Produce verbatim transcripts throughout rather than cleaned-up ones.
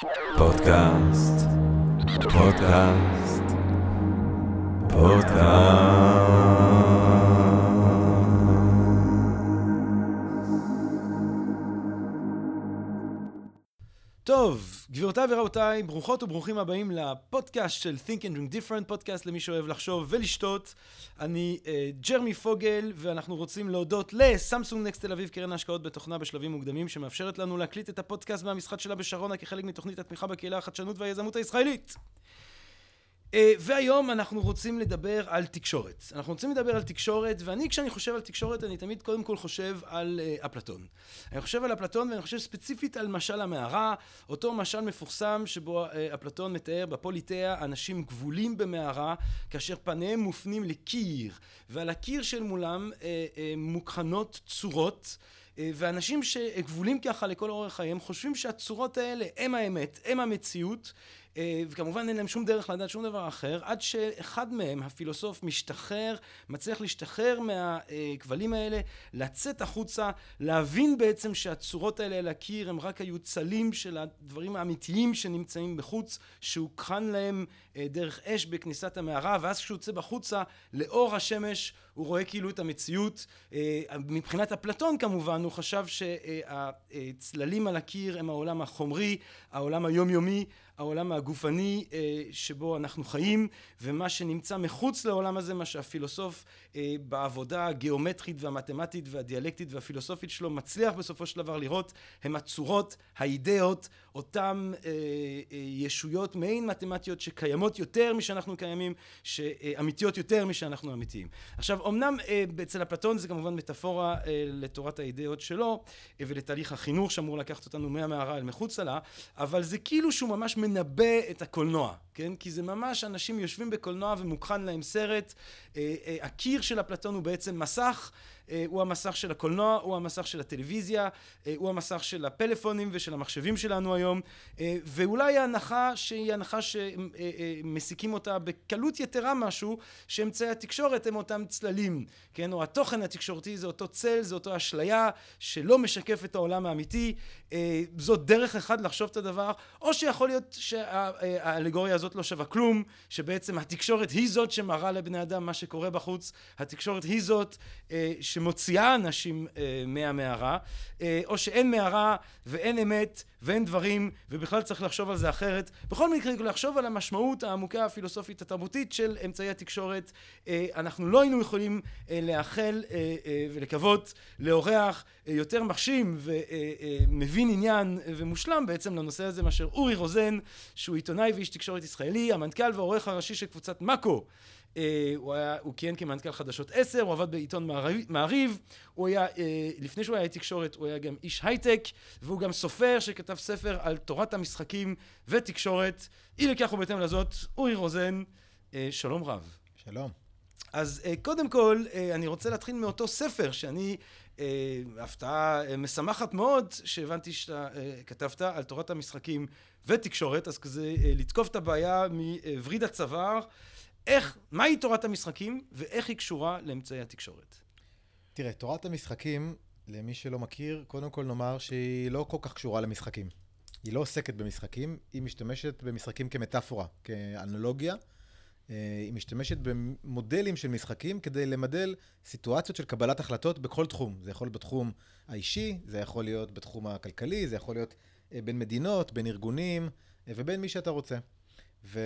פודקאסט, פודקאסט, פודקאסט. טוב, גבירותיי ורבותיי, ברוכות וברוכים הבאים לפודקאסט של Think and Drink Different, פודקאסט למי שאוהב לחשוב ולשתות. אני uh, ג'רמי פוגל, ואנחנו רוצים להודות לסמסונג נקסט תל אביב, קרן ההשקעות בתוכנה בשלבים מוקדמים, שמאפשרת לנו להקליט את הפודקאסט מהמשחק שלה בשרונה כחלק מתוכנית התמיכה בקהילה החדשנות והיזמות הישראלית. Uh, והיום אנחנו רוצים לדבר על תקשורת. אנחנו רוצים לדבר על תקשורת, ואני כשאני חושב על תקשורת, אני תמיד קודם כל חושב על uh, אפלטון. אני חושב על אפלטון, ואני חושב ספציפית על משל המערה, אותו משל מפורסם שבו uh, אפלטון מתאר בפוליטאה אנשים גבולים במערה, כאשר פניהם מופנים לקיר, ועל הקיר של מולם uh, uh, מוכנות צורות, ואנשים שגבולים ככה לכל אורך חייהם חושבים שהצורות האלה הם האמת, הם המציאות, וכמובן אין להם שום דרך לדעת שום דבר אחר, עד שאחד מהם, הפילוסוף, משתחרר, מצליח להשתחרר מהכבלים האלה, לצאת החוצה, להבין בעצם שהצורות האלה על הקיר הם רק היו צלים של הדברים האמיתיים שנמצאים בחוץ, שהוכן להם דרך אש בכניסת המערה, ואז כשהוא יוצא בחוצה לאור השמש, הוא רואה כאילו את המציאות. מבחינת אפלטון כמובן, הוא חשב שהצללים על הקיר הם העולם החומרי, העולם היומיומי, העולם הגופני שבו אנחנו חיים, ומה שנמצא מחוץ לעולם הזה, מה שהפילוסוף בעבודה הגיאומטרית והמתמטית והדיאלקטית והפילוסופית שלו מצליח בסופו של דבר לראות, הם הצורות, האידאות, אותם ישויות מעין מתמטיות שקיימות יותר משאנחנו קיימים, שאמיתיות יותר משאנחנו אמיתיים. עכשיו, אמנם אצל אפלטון זה כמובן מטאפורה לתורת האידאות שלו, ולתהליך החינוך שאמור לקחת אותנו מהמערה אל מחוץ לה, אבל זה כאילו שהוא ממש מנבא את הקולנוע, כן? כי זה ממש אנשים יושבים בקולנוע ומוכן להם סרט. הקיר של אפלטון הוא בעצם מסך, הוא המסך של הקולנוע, הוא המסך של הטלוויזיה, הוא המסך של הפלאפונים ושל המחשבים שלנו היום, ואולי ההנחה שהיא הנחה שמסיקים אותה בקלות יתרה משהו, שאמצעי התקשורת הם אותם צללים, כן? או התוכן התקשורתי זה אותו צל, זה אותו אשליה שלא משקף את העולם האמיתי. זאת דרך אחד לחשוב את הדבר, או שיכול להיות שהאלגוריה הזאת לא שווה כלום, שבעצם התקשורת היא זאת שמראה לבני אדם מה שקורה בחוץ, התקשורת היא זאת שמוציאה אנשים מהמערה, או שאין מערה ואין אמת ואין דברים, ובכלל צריך לחשוב על זה אחרת. בכל מקרה, לחשוב על המשמעות העמוקה הפילוסופית התרבותית של אמצעי התקשורת, אנחנו לא היינו יכולים לאחל ולקוות לאורח יותר מחשים ומבין עניין ומושלם בעצם לנושא הזה מאשר אורי רוזן, שהוא עיתונאי ואיש תקשורת ישראלי, המנכ"ל והעורך הראשי של קבוצת מאקו. הוא היה, הוא כיהן כמנכ"ל חדשות עשר, הוא עבד בעיתון מעריב, הוא היה, לפני שהוא היה תקשורת, הוא היה גם איש הייטק, והוא גם סופר שכתב ספר על תורת המשחקים ותקשורת. אי לכך ובהתאם לזאת, אורי רוזן, שלום רב. שלום. אז קודם כל, אני רוצה להתחיל מאותו ספר שאני, הפתעה משמחת מאוד, שהבנתי שאתה כתבת על תורת המשחקים ותקשורת, אז כזה לתקוף את הבעיה מווריד הצוואר. איך, מהי תורת המשחקים ואיך היא קשורה לאמצעי התקשורת? תראה, תורת המשחקים, למי שלא מכיר, קודם כל נאמר שהיא לא כל כך קשורה למשחקים. היא לא עוסקת במשחקים, היא משתמשת במשחקים כמטאפורה, כאנלוגיה. היא משתמשת במודלים של משחקים כדי למדל סיטואציות של קבלת החלטות בכל תחום. זה יכול להיות בתחום האישי, זה יכול להיות בתחום הכלכלי, זה יכול להיות בין מדינות, בין ארגונים ובין מי שאתה רוצה. ו...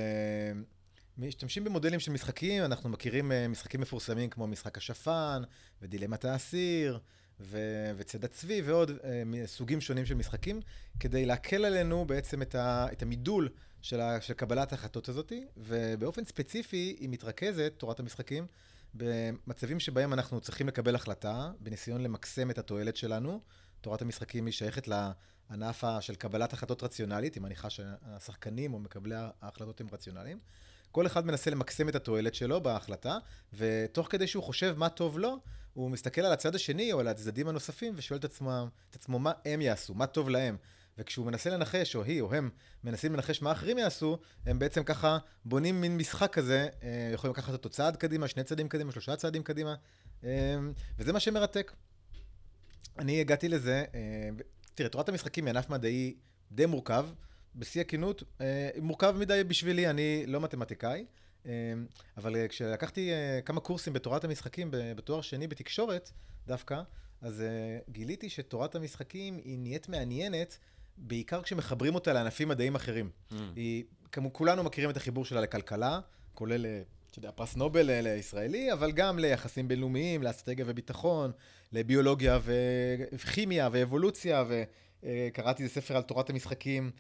משתמשים במודלים של משחקים, אנחנו מכירים משחקים מפורסמים כמו משחק השפן, ודילמת האסיר, ו- וצד הצבי, ועוד סוגים שונים של משחקים, כדי להקל עלינו בעצם את, ה- את המידול של, ה- של קבלת ההחלטות הזאת, ובאופן ספציפי היא מתרכזת, תורת המשחקים, במצבים שבהם אנחנו צריכים לקבל החלטה, בניסיון למקסם את התועלת שלנו. תורת המשחקים היא שייכת לענף של קבלת החלטות רציונלית, היא מניחה שהשחקנים או מקבלי ההחלטות הם רציונליים. כל אחד מנסה למקסם את התועלת שלו בהחלטה, ותוך כדי שהוא חושב מה טוב לו, הוא מסתכל על הצד השני או על הצדדים הנוספים ושואל את עצמו, את עצמו מה הם יעשו, מה טוב להם. וכשהוא מנסה לנחש, או היא או הם מנסים לנחש מה אחרים יעשו, הם בעצם ככה בונים מין משחק כזה, יכולים לקחת אותו צעד קדימה, שני צעדים קדימה, שלושה צעדים קדימה, וזה מה שמרתק. אני הגעתי לזה, תראה, תורת המשחקים היא ענף מדעי די מורכב, בשיא הכנות, מורכב מדי בשבילי, אני לא מתמטיקאי, אבל כשלקחתי כמה קורסים בתורת המשחקים, בתואר שני בתקשורת דווקא, אז גיליתי שתורת המשחקים היא נהיית מעניינת, בעיקר כשמחברים אותה לענפים מדעיים אחרים. Mm. היא, כמו כולנו מכירים את החיבור שלה לכלכלה, כולל, אתה יודע, פרס נובל לישראלי, אבל גם ליחסים בינלאומיים, לאסטרטגיה וביטחון, לביולוגיה וכימיה ואבולוציה, וקראתי איזה ספר על תורת המשחקים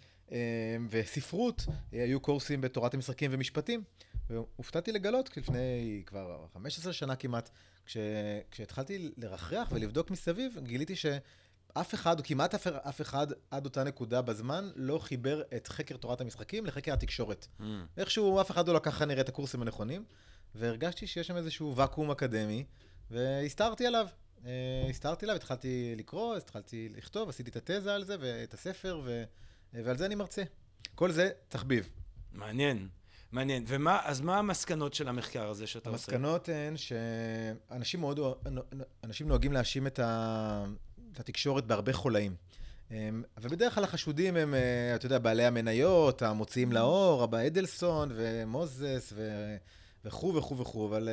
וספרות, היו קורסים בתורת המשחקים ומשפטים, והופתעתי לגלות לפני כבר חמש עשרה שנה כמעט, כש, כשהתחלתי לרחרח ולבדוק מסביב, גיליתי שאף אחד, או כמעט אף, אף אחד, עד אותה נקודה בזמן, לא חיבר את חקר תורת המשחקים לחקר התקשורת. Mm. איכשהו אף אחד לא לקח כנראה את הקורסים הנכונים, והרגשתי שיש שם איזשהו ואקום אקדמי, והסתרתי עליו. הסתרתי עליו, התחלתי לקרוא, התחלתי לכתוב, עשיתי את התזה על זה ואת הספר, ו... ועל זה אני מרצה. כל זה תחביב. מעניין. מעניין. ומה, אז מה המסקנות של המחקר הזה שאתה עושה? המסקנות הן שאנשים מאוד, אנשים נוהגים להאשים את, ה, את התקשורת בהרבה חולאים. ובדרך כלל החשודים הם, אתה יודע, בעלי המניות, המוציאים לאור, אבא אדלסון ומוזס ו, וכו' וכו' וכו'. אבל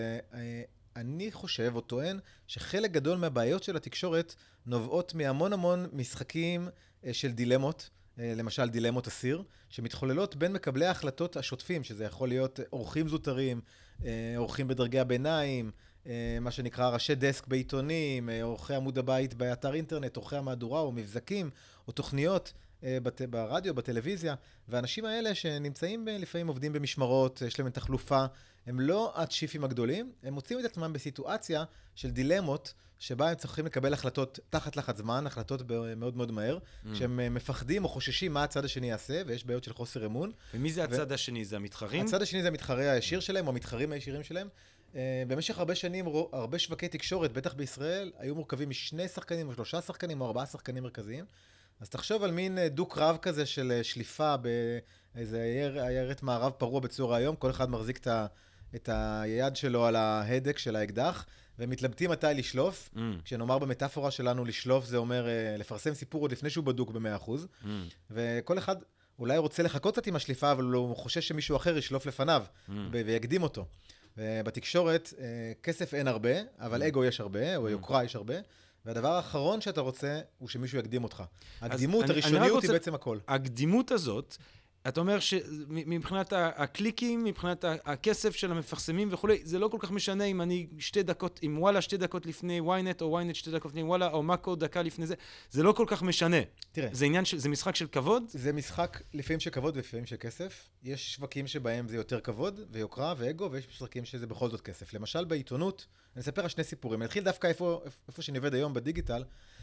אני חושב או טוען שחלק גדול מהבעיות של התקשורת נובעות מהמון המון משחקים של דילמות, למשל דילמות אסיר, שמתחוללות בין מקבלי ההחלטות השוטפים, שזה יכול להיות אורחים זוטרים, אורחים בדרגי הביניים, מה שנקרא ראשי דסק בעיתונים, אורחי עמוד הבית באתר אינטרנט, אורחי המהדורה או מבזקים, או תוכניות בת... ברדיו, בטלוויזיה, והאנשים האלה שנמצאים לפעמים עובדים במשמרות, יש להם תחלופה, הם לא הצ'יפים הגדולים, הם מוצאים את עצמם בסיטואציה של דילמות, שבה הם צריכים לקבל החלטות תחת לחץ זמן, החלטות מאוד מאוד מהר, mm. כשהם מפחדים או חוששים מה הצד השני יעשה, ויש בעיות של חוסר אמון. ומי זה הצד ו... השני? זה המתחרים? הצד השני זה המתחרה הישיר שלהם, או המתחרים הישירים שלהם. Uh, במשך הרבה שנים, הרבה שווקי תקשורת, בטח בישראל, היו מורכבים משני שחקנים, או שלושה שחקנים, או ארבעה שחקנים מרכזיים. אז תחשוב על מין דוק רב כזה של שליפה באיזה עיירת מערב פרוע בצור היום, כל אחד מחזיק את ה... את היד שלו על ההדק של האקדח, ומתלבטים מתי לשלוף. Mm. כשנאמר במטאפורה שלנו לשלוף, זה אומר uh, לפרסם סיפור עוד לפני שהוא בדוק ב-מאה אחוז. Mm. וכל אחד אולי רוצה לחכות קצת עם השליפה, אבל הוא חושש שמישהו אחר ישלוף לפניו, mm. ויקדים אותו. ובתקשורת, uh, כסף אין הרבה, אבל mm. אגו יש הרבה, או mm. יוקרה יש הרבה. והדבר האחרון שאתה רוצה, הוא שמישהו יקדים אותך. הקדימות, אני, הראשוניות אני רוצה... היא בעצם הכל. הקדימות הזאת, אתה אומר שמבחינת הקליקים, מבחינת הכסף של המפרסמים וכו', זה לא כל כך משנה אם אני שתי דקות, אם וואלה שתי דקות לפני וויינט, או וויינט שתי דקות לפני וואלה, או מאקו דקה לפני זה, זה לא כל כך משנה. תראה. זה עניין, זה משחק של כבוד? זה משחק לפעמים של כבוד ולפעמים של כסף. יש שווקים שבהם זה יותר כבוד ויוקרה ואגו, ויש משחקים שזה בכל זאת כסף. למשל בעיתונות, אני אספר על שני סיפורים. אני אתחיל דווקא איפה, איפה שאני עובד היום בדיגיטל.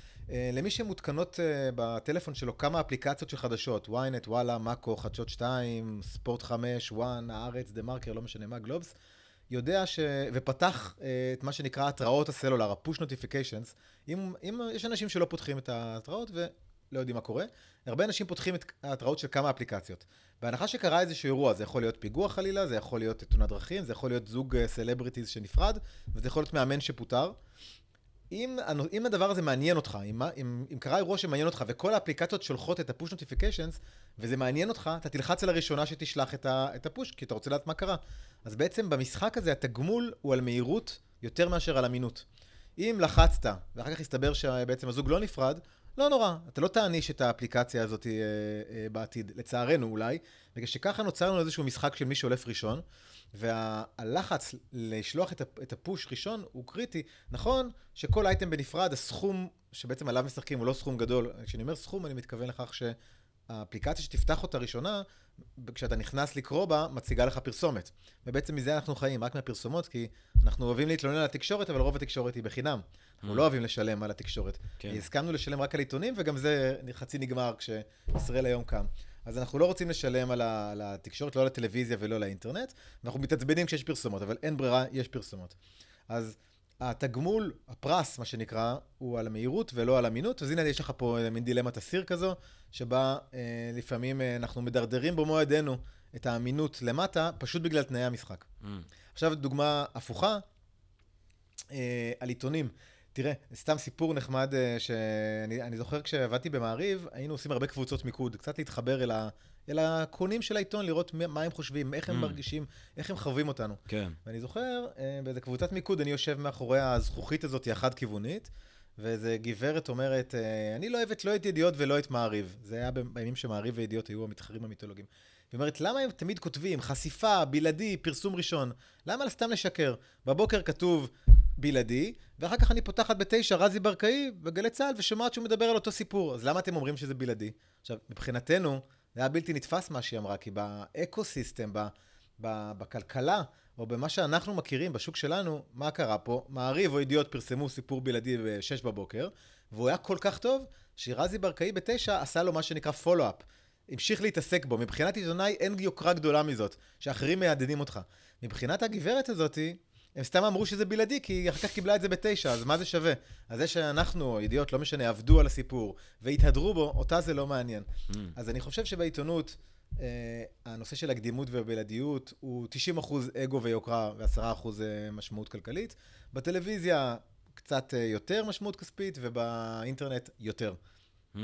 למי שמותקנות בטלפון שלו כמה אפליקציות של חדשות, וויינט, וואלה, מאקו, חדשות שתיים, ספורט חמש, וואן, הארץ, דה מרקר, לא משנה מה, גלובס, יודע ש... ופתח את מה שנקרא התראות הסלולר, ה-push notifications, אם, אם יש אנשים שלא פותחים את ההתראות ולא יודעים מה קורה, הרבה אנשים פותחים את ההתראות של כמה אפליקציות. בהנחה שקרה איזשהו אירוע, זה יכול להיות פיגוע חלילה, זה יכול להיות תאונת דרכים, זה יכול להיות זוג סלבריטיז שנפרד, וזה יכול להיות מאמן שפוטר. אם, אם הדבר הזה מעניין אותך, אם, אם, אם קרה אירוע שמעניין אותך, וכל האפליקציות שולחות את ה-push notifications, וזה מעניין אותך, אתה תלחץ על הראשונה שתשלח את, ה, את ה-push, כי אתה רוצה לדעת מה קרה. אז בעצם במשחק הזה, התגמול הוא על מהירות יותר מאשר על אמינות. אם לחצת, ואחר כך הסתבר שבעצם הזוג לא נפרד, לא נורא, אתה לא תעניש את האפליקציה הזאת אה, אה, בעתיד, לצערנו אולי, בגלל שככה נוצר לנו איזשהו משחק של מי שהולף ראשון, והלחץ לשלוח את הפוש ראשון הוא קריטי. נכון שכל אייטם בנפרד, הסכום שבעצם עליו משחקים הוא לא סכום גדול. כשאני אומר סכום, אני מתכוון לכך שהאפליקציה שתפתח אותה ראשונה, כשאתה נכנס לקרוא בה, מציגה לך פרסומת. ובעצם מזה אנחנו חיים, רק מהפרסומות, כי אנחנו אוהבים להתלונן על התקשורת, אבל רוב התקשורת היא בחינם. אנחנו לא אוהבים לשלם על התקשורת. הסכמנו לשלם רק על עיתונים, וגם זה חצי נגמר כשישראל היום קם. אז אנחנו לא רוצים לשלם על, ה, על התקשורת, לא על הטלוויזיה ולא על האינטרנט, ואנחנו מתעצבנים כשיש פרסומות, אבל אין ברירה, יש פרסומות. אז התגמול, הפרס, מה שנקרא, הוא על המהירות ולא על אמינות, אז הנה יש לך פה מין דילמת אסיר כזו, שבה אה, לפעמים אה, אנחנו מדרדרים במו ידינו את האמינות למטה, פשוט בגלל תנאי המשחק. Mm. עכשיו דוגמה הפוכה, אה, על עיתונים. תראה, סתם סיפור נחמד שאני אני זוכר כשעבדתי במעריב, היינו עושים הרבה קבוצות מיקוד, קצת להתחבר אל, ה, אל הקונים של העיתון, לראות מה הם חושבים, איך הם מרגישים, איך הם חווים אותנו. כן. ואני זוכר, באיזו קבוצת מיקוד, אני יושב מאחורי הזכוכית הזאת, החד-כיוונית, ואיזו גברת אומרת, אני לא אוהבת לא את ידיעות ולא את מעריב. זה היה בימים שמעריב וידיעות היו המתחרים המיתולוגיים. היא אומרת, למה הם תמיד כותבים חשיפה, בלעדי, פרסום ראשון? למה סתם לשקר? בבוקר כתוב בלעדי, ואחר כך אני פותחת בתשע רזי ברקאי בגלי צהל ושומעת שהוא מדבר על אותו סיפור. אז למה אתם אומרים שזה בלעדי? עכשיו, מבחינתנו, זה היה בלתי נתפס מה שהיא אמרה, כי באקוסיסטם, ב- ב- בכלכלה, או במה שאנחנו מכירים בשוק שלנו, מה קרה פה? מעריב או ידיעות פרסמו סיפור בלעדי ב-שש בבוקר, והוא היה כל כך טוב, שרזי ברקאי בתשע עשה לו מה שנקרא פולו-אפ. המשיך להתעסק בו. מבחינת עיתונאי אין יוקרה גדולה מזאת, שאחרים מיידדים אותך. מבחינת הגברת הזאת, הם סתם אמרו שזה בלעדי, כי היא אחר כך קיבלה את זה בתשע, אז מה זה שווה? אז זה שאנחנו, ידיעות, לא משנה, עבדו על הסיפור, והתהדרו בו, אותה זה לא מעניין. Mm. אז אני חושב שבעיתונות, אה, הנושא של הקדימות והבלעדיות, הוא תשעים אחוז אגו ויוקרה, ו-עשרה אחוז משמעות כלכלית. בטלוויזיה, קצת יותר משמעות כספית, ובאינטרנט, יותר. Mm.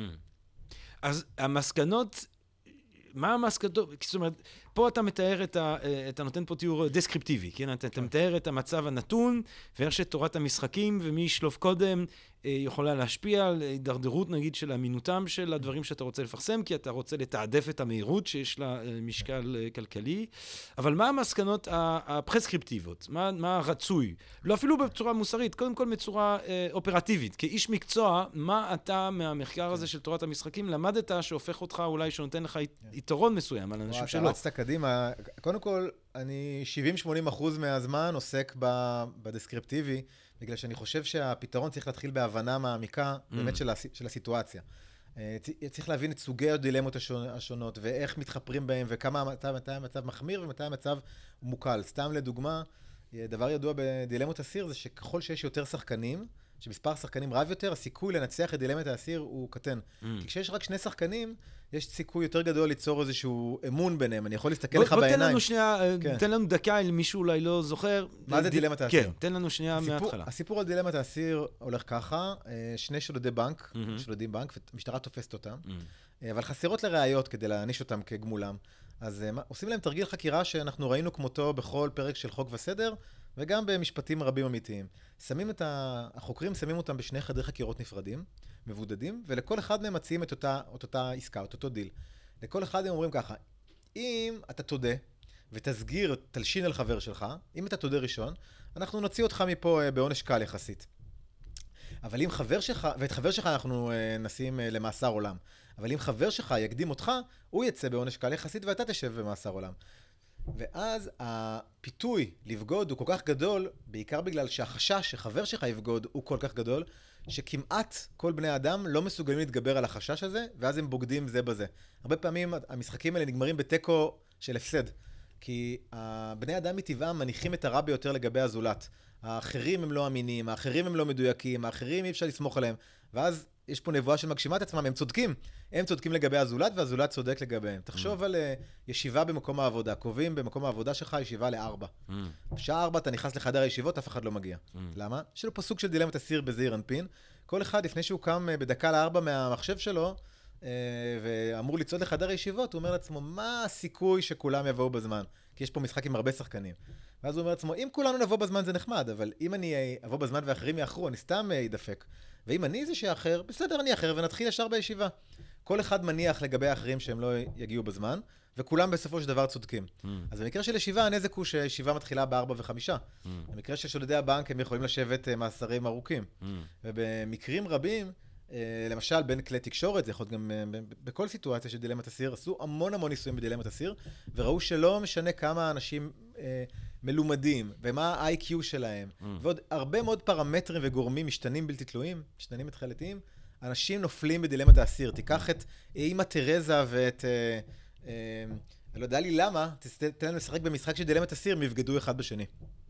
אז המסקנות, מה המסקנות? זאת אומרת, פה אתה מתאר את ה... אתה נותן פה תיאור דסקריפטיבי, כן? אתה, אתה מתאר את המצב הנתון, ואיך שתורת המשחקים, ומי ישלוף קודם, יכולה להשפיע על הידרדרות, נגיד, של אמינותם של הדברים שאתה רוצה לפרסם, כי אתה רוצה לתעדף את המהירות שיש לה משקל כלכלי. אבל מה המסקנות הפרסקריפטיביות? מה, מה הרצוי? לא אפילו בצורה מוסרית, קודם כל בצורה אה, אופרטיבית. כאיש מקצוע, מה אתה מהמחקר הזה של תורת המשחקים למדת שהופך אותך אולי, שנותן לך יתרון מסוים על אנשים שלא? אתה רצת קדימה. קודם כל, אני שבעים שמונים אחוז מהזמן עוסק בדסקריפטיבי, בגלל שאני חושב שהפתרון צריך להתחיל בהבנה מעמיקה באמת של, הס... של הסיטואציה. צריך להבין את סוגי הדילמות השונות, ואיך מתחפרים בהם, וכמה מתי, מתי המצב מחמיר ומתי המצב מוקל. סתם לדוגמה, דבר ידוע בדילמות אסיר זה שככל שיש יותר שחקנים, שמספר שחקנים רב יותר, הסיכוי לנצח את דילמת האסיר הוא קטן. Mm. כי כשיש רק שני שחקנים, יש סיכוי יותר גדול ליצור איזשהו אמון ביניהם. אני יכול להסתכל בוא, לך בוא בעיניים. בוא תן לנו שנייה, כן. תן לנו דקה, אם מישהו אולי לא זוכר. מה זה ד... דילמת האסיר? כן, תן לנו שנייה הסיפור, מההתחלה. הסיפור על דילמת האסיר הולך ככה, שני שודדי בנק, mm-hmm. שודדים בנק, והמשטרה תופסת אותם, mm-hmm. אבל חסרות לראיות כדי להעניש אותם כגמולם. אז עושים להם תרגיל חקירה שאנחנו ראינו כמותו בכל פרק של חוק וסדר, וגם במשפטים רבים אמיתיים. שמים את ה... החוקרים שמים אותם בשני חדרי חקירות נפרדים, מבודדים, ולכל אחד מהם מציעים את אותה, את אותה עסקה, את אותו דיל. לכל אחד הם אומרים ככה, אם אתה תודה ותסגיר, תלשין על חבר שלך, אם אתה תודה ראשון, אנחנו נוציא אותך מפה בעונש קל יחסית. אבל אם חבר שלך, ואת חבר שלך אנחנו נשים למאסר עולם, אבל אם חבר שלך יקדים אותך, הוא יצא בעונש קל יחסית ואתה תשב במאסר עולם. ואז הפיתוי לבגוד הוא כל כך גדול, בעיקר בגלל שהחשש שחבר שלך יבגוד הוא כל כך גדול, שכמעט כל בני האדם לא מסוגלים להתגבר על החשש הזה, ואז הם בוגדים זה בזה. הרבה פעמים המשחקים האלה נגמרים בטקו של הפסד, כי בני האדם מטבעם מניחים את הרע ביותר לגבי הזולת. האחרים הם לא אמינים, האחרים הם לא מדויקים, האחרים אי אפשר לסמוך עליהם, ואז יש פה נבואה של מגשימת עצמם, הם צודקים. הם צודקים לגבי הזולת, והזולת צודק לגביהם. תחשוב על ישיבה במקום העבודה. קובעים במקום העבודה שלך ישיבה לארבע. בשעה ארבע אתה נכנס לחדר הישיבות, אף אחד לא מגיע. למה? יש לו פה סוג של דילמת אסיר בזעיר אנפין. כל אחד, לפני שהוא קם בדקה לארבע מהמחשב שלו, ואמור לצעוד לחדר הישיבות, הוא אומר לעצמו, מה הסיכוי שכולם יבואו בזמן? כי יש פה משחק עם הרבה שחקנים. ואז הוא אומר לעצמו, אם כולנו נבוא בזמן זה נחמד, אבל אם אני אבוא בזמן ואחרים יאחרו, אני סתם אדפק. ואם אני זה שאחר, בסדר, אני אחר, ונתחיל ישר בישיבה. כל אחד מניח לגבי האחרים שהם לא יגיעו בזמן, וכולם בסופו של דבר צודקים. Mm. אז במקרה של ישיבה, הנזק הוא שישיבה מתחילה בארבע וחמישה. Mm. במקרה של שודדי הבנק, הם יכולים לשבת מאסרים ארוכים. Mm. ובמקרים רבים, למשל, בין כלי תקשורת, זה יכול להיות גם בכל סיטואציה של דילמת אסיר, עשו המון המון ניסויים בדילמת אסיר, וראו שלא משנה כמה אנשים מלומדים, ומה ה-איי קיו שלהם, mm. ועוד הרבה מאוד פרמטרים וגורמים משתנים בלתי תלויים, משתנים התחלתיים, אנשים נופלים בדילמת האסיר. תיקח את אמא תרזה ואת... אה, אה, אני לא יודע לי למה, תתן לנו לשחק במשחק של דילמת אסיר, הם יבגדו אחד בשני.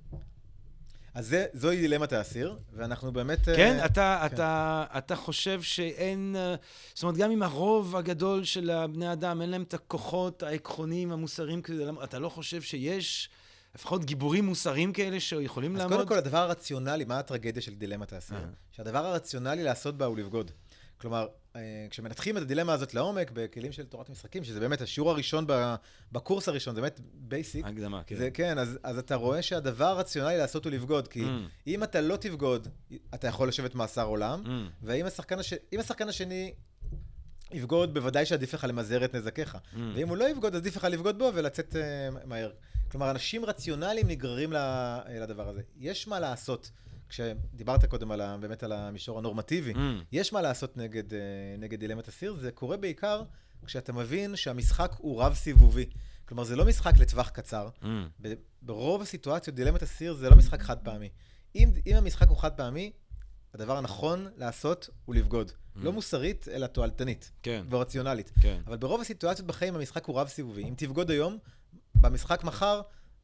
אז זה, זוהי דילמת האסיר, ואנחנו באמת... כן, uh, אתה, כן. אתה, אתה חושב שאין... זאת אומרת, גם אם הרוב הגדול של בני אדם, אין להם את הכוחות העקרוניים, המוסריים, אתה לא חושב שיש לפחות גיבורים מוסריים כאלה שיכולים לעמוד? אז קודם כל, הדבר הרציונלי, מה הטרגדיה של דילמת האסיר? Uh-huh. שהדבר הרציונלי לעשות בה הוא לבגוד. כלומר, כשמנתחים את הדילמה הזאת לעומק, בכלים של תורת משחקים, שזה באמת השיעור הראשון בקורס הראשון, זה באמת בייסיק. הקדמה, כן. זה, כן, אז, אז אתה רואה שהדבר הרציונלי לעשות הוא לבגוד, כי mm. אם אתה לא תבגוד, אתה יכול לשבת מאסר עולם, mm. ואם השחקן, הש... השחקן השני יבגוד, בוודאי שעדיף לך למזער את נזקיך. Mm. ואם הוא לא יבגוד, עדיף לך לבגוד בו ולצאת uh, מהר. כלומר, אנשים רציונליים נגררים לדבר הזה. יש מה לעשות. כשדיברת קודם על ה, באמת על המישור הנורמטיבי, mm. יש מה לעשות נגד, נגד דילמת הסיר, זה קורה בעיקר כשאתה מבין שהמשחק הוא רב סיבובי. כלומר, זה לא משחק לטווח קצר. Mm. ברוב הסיטואציות, דילמת הסיר זה לא משחק חד פעמי. אם, אם המשחק הוא חד פעמי, הדבר הנכון לעשות הוא לבגוד. Mm. לא מוסרית, אלא תועלתנית. כן. ורציונלית. כן. אבל ברוב הסיטואציות בחיים המשחק הוא רב סיבובי. אם תבגוד היום, במשחק מחר,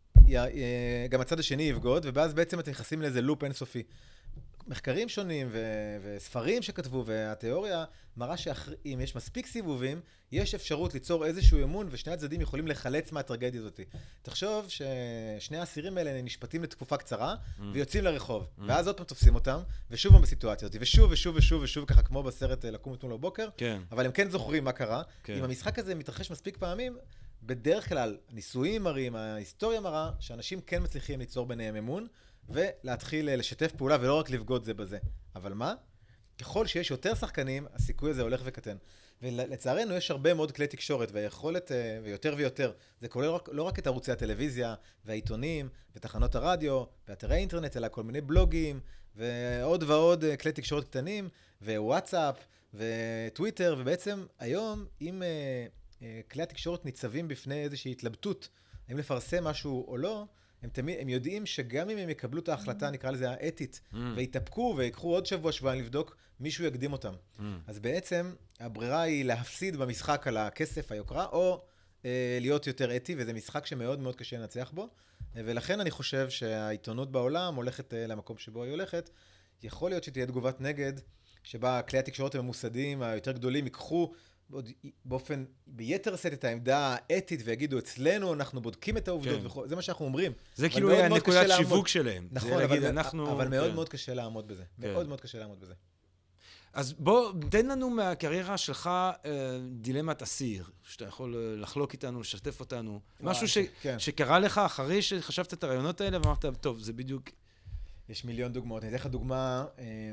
גם הצד השני יבגוד, ואז בעצם אתם נכנסים לאיזה לופ אינסופי. מחקרים שונים ו- וספרים שכתבו, והתיאוריה מראה שאם יש מספיק סיבובים, יש אפשרות ליצור איזשהו אמון, ושני הצדדים יכולים לחלץ מהטרגדיה הזאת. תחשוב ששני האסירים האלה נשפטים לתקופה קצרה, mm. ויוצאים לרחוב, mm. ואז עוד פעם תופסים אותם, ושוב הם בסיטואציה הזאת, ושוב ושוב ושוב ושוב, ככה כמו בסרט לקום אתמול בבוקר, כן. אבל הם כן זוכרים מה קרה. כן. אם המשחק הזה מתרחש מספיק פעמים, בדרך כלל, ניסויים מראים, ההיסטוריה מראה, שאנשים כן מצליחים ליצור ביניהם אמון, ולהתחיל לשתף פעולה ולא רק לבגוד זה בזה. אבל מה? ככל שיש יותר שחקנים, הסיכוי הזה הולך וקטן. ולצערנו יש הרבה מאוד כלי תקשורת, והיכולת, ויותר ויותר, זה כולל רק, לא רק את ערוצי הטלוויזיה, והעיתונים, ותחנות הרדיו, ואתרי אינטרנט, אלא כל מיני בלוגים, ועוד ועוד כלי תקשורת קטנים, ווואטסאפ, וטוויטר, ובעצם היום, אם כלי התקשורת ניצבים בפני איזושהי התלבטות, האם לפרסם משהו או לא, הם, תמיד, הם יודעים שגם אם הם יקבלו את ההחלטה, נקרא לזה האתית, mm. ויתאפקו ויקחו עוד שבוע שבועיים לבדוק, מישהו יקדים אותם. Mm. אז בעצם הברירה היא להפסיד במשחק על הכסף, היוקרה, או אה, להיות יותר אתי, וזה משחק שמאוד מאוד קשה לנצח בו. ולכן אני חושב שהעיתונות בעולם הולכת אה, למקום שבו היא הולכת. יכול להיות שתהיה תגובת נגד, שבה כלי התקשורת הממוסדים היותר גדולים ייקחו באופן, ביתר סט את העמדה האתית ויגידו, אצלנו אנחנו בודקים את העובדות, כן. וכל, זה מה שאנחנו אומרים. זה כאילו היה נקודת שיווק שלהם. נכון, אבל, להגיד, אנחנו... אבל מאוד כן. מאוד קשה לעמוד בזה. כן. מאוד מאוד קשה לעמוד בזה. אז בוא, תן לנו מהקריירה שלך דילמת אסיר, שאתה יכול לחלוק איתנו, לשתף אותנו. משהו ש... כן. שקרה לך אחרי שחשבת את הרעיונות האלה, ואמרת, טוב, זה בדיוק... יש מיליון דוגמאות. אני אתן לך דוגמה...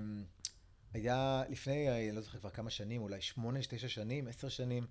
היה לפני, אני לא זוכר כבר כמה שנים, אולי שמונה, תשע שנים, עשר שנים,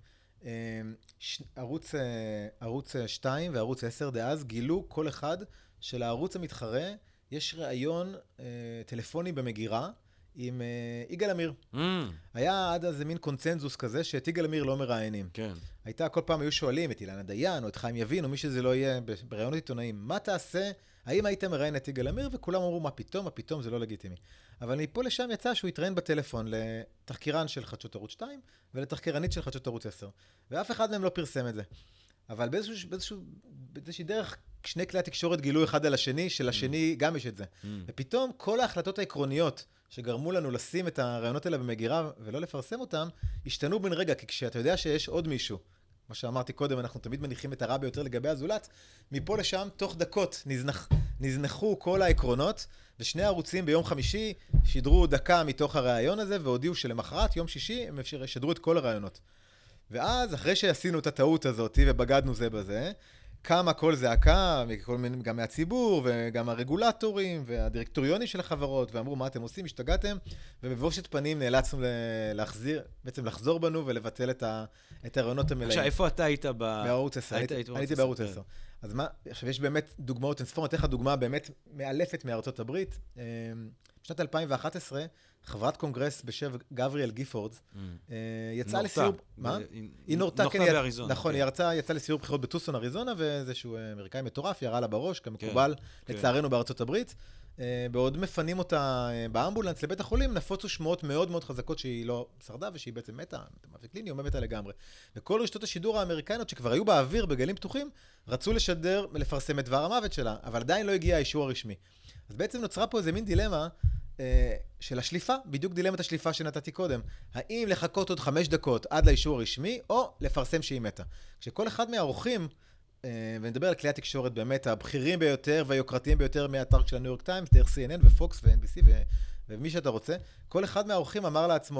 ש... ערוץ, ערוץ שתיים וערוץ עשר דאז גילו כל אחד שלערוץ המתחרה יש ראיון טלפוני במגירה עם יגאל עמיר. Mm. היה עד אז מין קונצנזוס כזה שאת יגאל עמיר לא מראיינים. כן. הייתה, כל פעם היו שואלים את אילנה דיין או את חיים יבין או מי שזה לא יהיה בראיונות עיתונאים, מה תעשה? האם היית מראיין את יגאל עמיר? וכולם אמרו, מה פתאום? מה פתאום? זה לא לגיטימי. אבל מפה לשם יצא שהוא התראיין בטלפון לתחקירן של חדשות ערוץ שתיים ולתחקירנית של חדשות ערוץ עשר. ואף אחד מהם לא פרסם את זה. אבל באיזשהו, באיזשהו, באיזושהי דרך, שני כלי התקשורת גילו אחד על השני, של השני גם יש את זה. Mm. ופתאום כל ההחלטות העקרוניות שגרמו לנו לשים את הרעיונות האלה במגירה ולא לפרסם אותם, השתנו בן רגע, כי כשאתה יודע שיש עוד מישהו, מה שאמרתי קודם, אנחנו תמיד מניחים את הרע ביותר לגבי הזולת, מפה לשם, תוך דקות, נזנח, נזנחו כל העקרונות, ושני הערוצים ביום חמישי שידרו דקה מתוך הרעיון הזה, והודיעו שלמחרת, יום שישי, הם ישדרו את כל הרעיונות. ואז, אחרי שעשינו את הטעות הזאת, ובגדנו זה בזה, קמה כל זעקה, גם מהציבור, וגם הרגולטורים, והדירקטוריונים של החברות, ואמרו, מה אתם עושים? השתגעתם? ובבושת פנים נאלצנו להחזיר, בעצם לחזור בנו ולבטל את הרעיונות המלאים. עכשיו, איפה אתה היית ב... בערוץ עשר. הייתי בערוץ עשר. אז מה, עכשיו יש באמת דוגמאות, אינספור, נתן לך דוגמה באמת מאלפת מארצות הברית. בשנת אלפיים ואחת עשרה, חברת קונגרס בשם גבריאל גיפורדס, יצאה לסיור... מה? היא נורתה, כן, נכון, היא יצאה לסיור בחירות בטוסון, אריזונה, ואיזשהו אמריקאי מטורף, ירה לה בראש, כמקובל, לצערנו בארצות הברית. בעוד מפנים אותה באמבולנס לבית החולים, נפוצו שמועות מאוד מאוד חזקות שהיא לא שרדה, ושהיא בעצם מתה, מוות קליני, או מתה לגמרי. וכל רשתות השידור האמריקאיות, שכבר היו באוויר בגלים פתוחים, רצו לשדר ולפרסם את דבר המוות שלה, אבל עדיין לא הגיע האישור הרשמי. אז בעצם נוצרה פה איזה מין דילמה אה, של השליפה, בדיוק דילמת השליפה שנתתי קודם. האם לחכות עוד חמש דקות עד לאישור הרשמי, או לפרסם שהיא מתה. כשכל אחד מהאורחים, אה, ונדבר על כלי התקשורת באמת, הבכירים ביותר והיוקרתיים ביותר מהאתר של הניו יורק טיימס, דרך סי אן אן ופוקס ו-אן בי סי ו- ומי שאתה רוצה, כל אחד מהאורחים אמר לעצמו,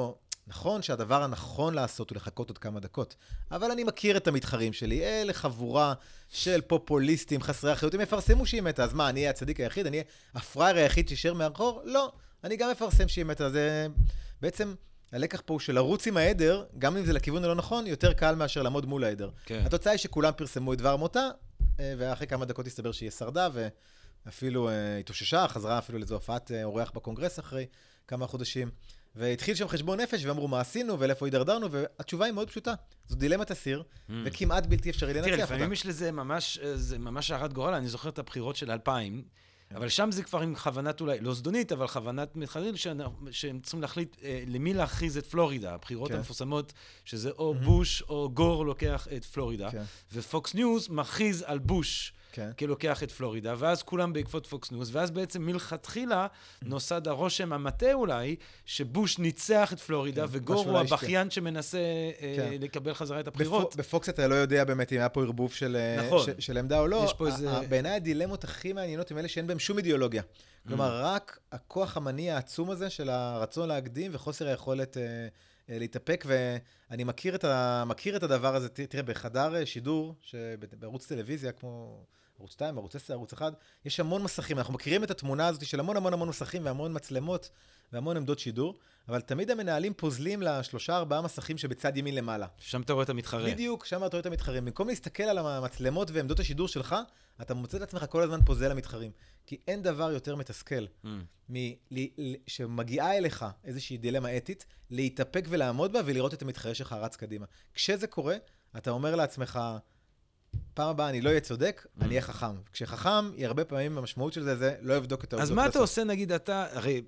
נכון שהדבר הנכון לעשות הוא לחכות עוד כמה דקות, אבל אני מכיר את המתחרים שלי, אלה חבורה של פופוליסטים חסרי אחריות, הם יפרסמו שהיא מתה, אז מה, אני אהיה הצדיק היחיד, אני אהיה הפראייר היחיד שישאר מאחור? לא, אני גם מפרסם שהיא מתה, זה בעצם הלקח פה הוא של לרוץ עם העדר, גם אם זה לכיוון הלא נכון, יותר קל מאשר לעמוד מול העדר. כן. התוצאה היא שכולם פרסמו את דבר מותה, ואחרי כמה דקות הסתבר שהיא שרדה, ואפילו התאוששה, חזרה אפילו לאיזו הופעת אורח בקונגרס אחרי כמה חודשים. והתחיל שם חשבון נפש, ואמרו מה עשינו, ולאיפה הידרדרנו, והתשובה היא מאוד פשוטה. זו דילמת אסיר, mm. וכמעט בלתי אפשרי לנצח אותה. תראה, לפעמים יש לזה ממש, זה ממש הערת גורל, אני זוכר את הבחירות של אלפיים, yeah. אבל שם זה כבר עם כוונת אולי, לא זדונית, אבל כוונת מתחרים, שהם צריכים להחליט אה, למי להכריז את פלורידה, הבחירות okay. המפורסמות, שזה או mm-hmm. בוש או גור לוקח את פלורידה, okay. ופוקס ניוז מכריז על בוש, כן. כי לוקח את פלורידה, ואז כולם בעקבות פוקס ניוז, ואז בעצם מלכתחילה נוסד הרושם המטה אולי, שבוש ניצח את פלורידה, כן. וגור הוא הבכיין שמנסה כן. אה, לקבל חזרה את הבחירות. בפ... בפוקס אתה לא יודע באמת אם היה פה ערבוב של, נכון. ש... של עמדה או לא. יש פה איזה... בעיניי הדילמות הכי מעניינות עם אלה שאין בהם שום אידיאולוגיה. כלומר, mm. רק הכוח המניע העצום הזה של הרצון להקדים וחוסר היכולת אה, אה, להתאפק, ואני מכיר את, ה... מכיר את הדבר הזה, תראה, בחדר שידור, בערוץ טלוויזיה כמו... ערוץ שתיים, ערוץ עשר, ערוץ אחד, יש המון מסכים, אנחנו מכירים את התמונה הזאת של המון המון המון מסכים והמון מצלמות והמון עמדות שידור, אבל תמיד המנהלים פוזלים לשלושה ארבעה מסכים שבצד ימין למעלה. שם אתה רואה את המתחרה. בדיוק, שם אתה רואה את המתחרים. במקום להסתכל על המצלמות ועמדות השידור שלך, אתה מוצא את עצמך כל הזמן פוזל למתחרים. כי אין דבר יותר מתסכל mm. מ- שמגיעה אליך איזושהי דילמה אתית, להתאפק ולעמוד בה ולראות את המתחרה שלך רץ קדימה. כשזה קורה, אתה אומר לעצמך, פעם הבאה אני לא אהיה צודק, אני אהיה חכם. כשחכם, היא הרבה פעמים המשמעות של זה, זה לא יבדוק את העובדות. אז מה אתה עושה, נגיד, אתה, הרי,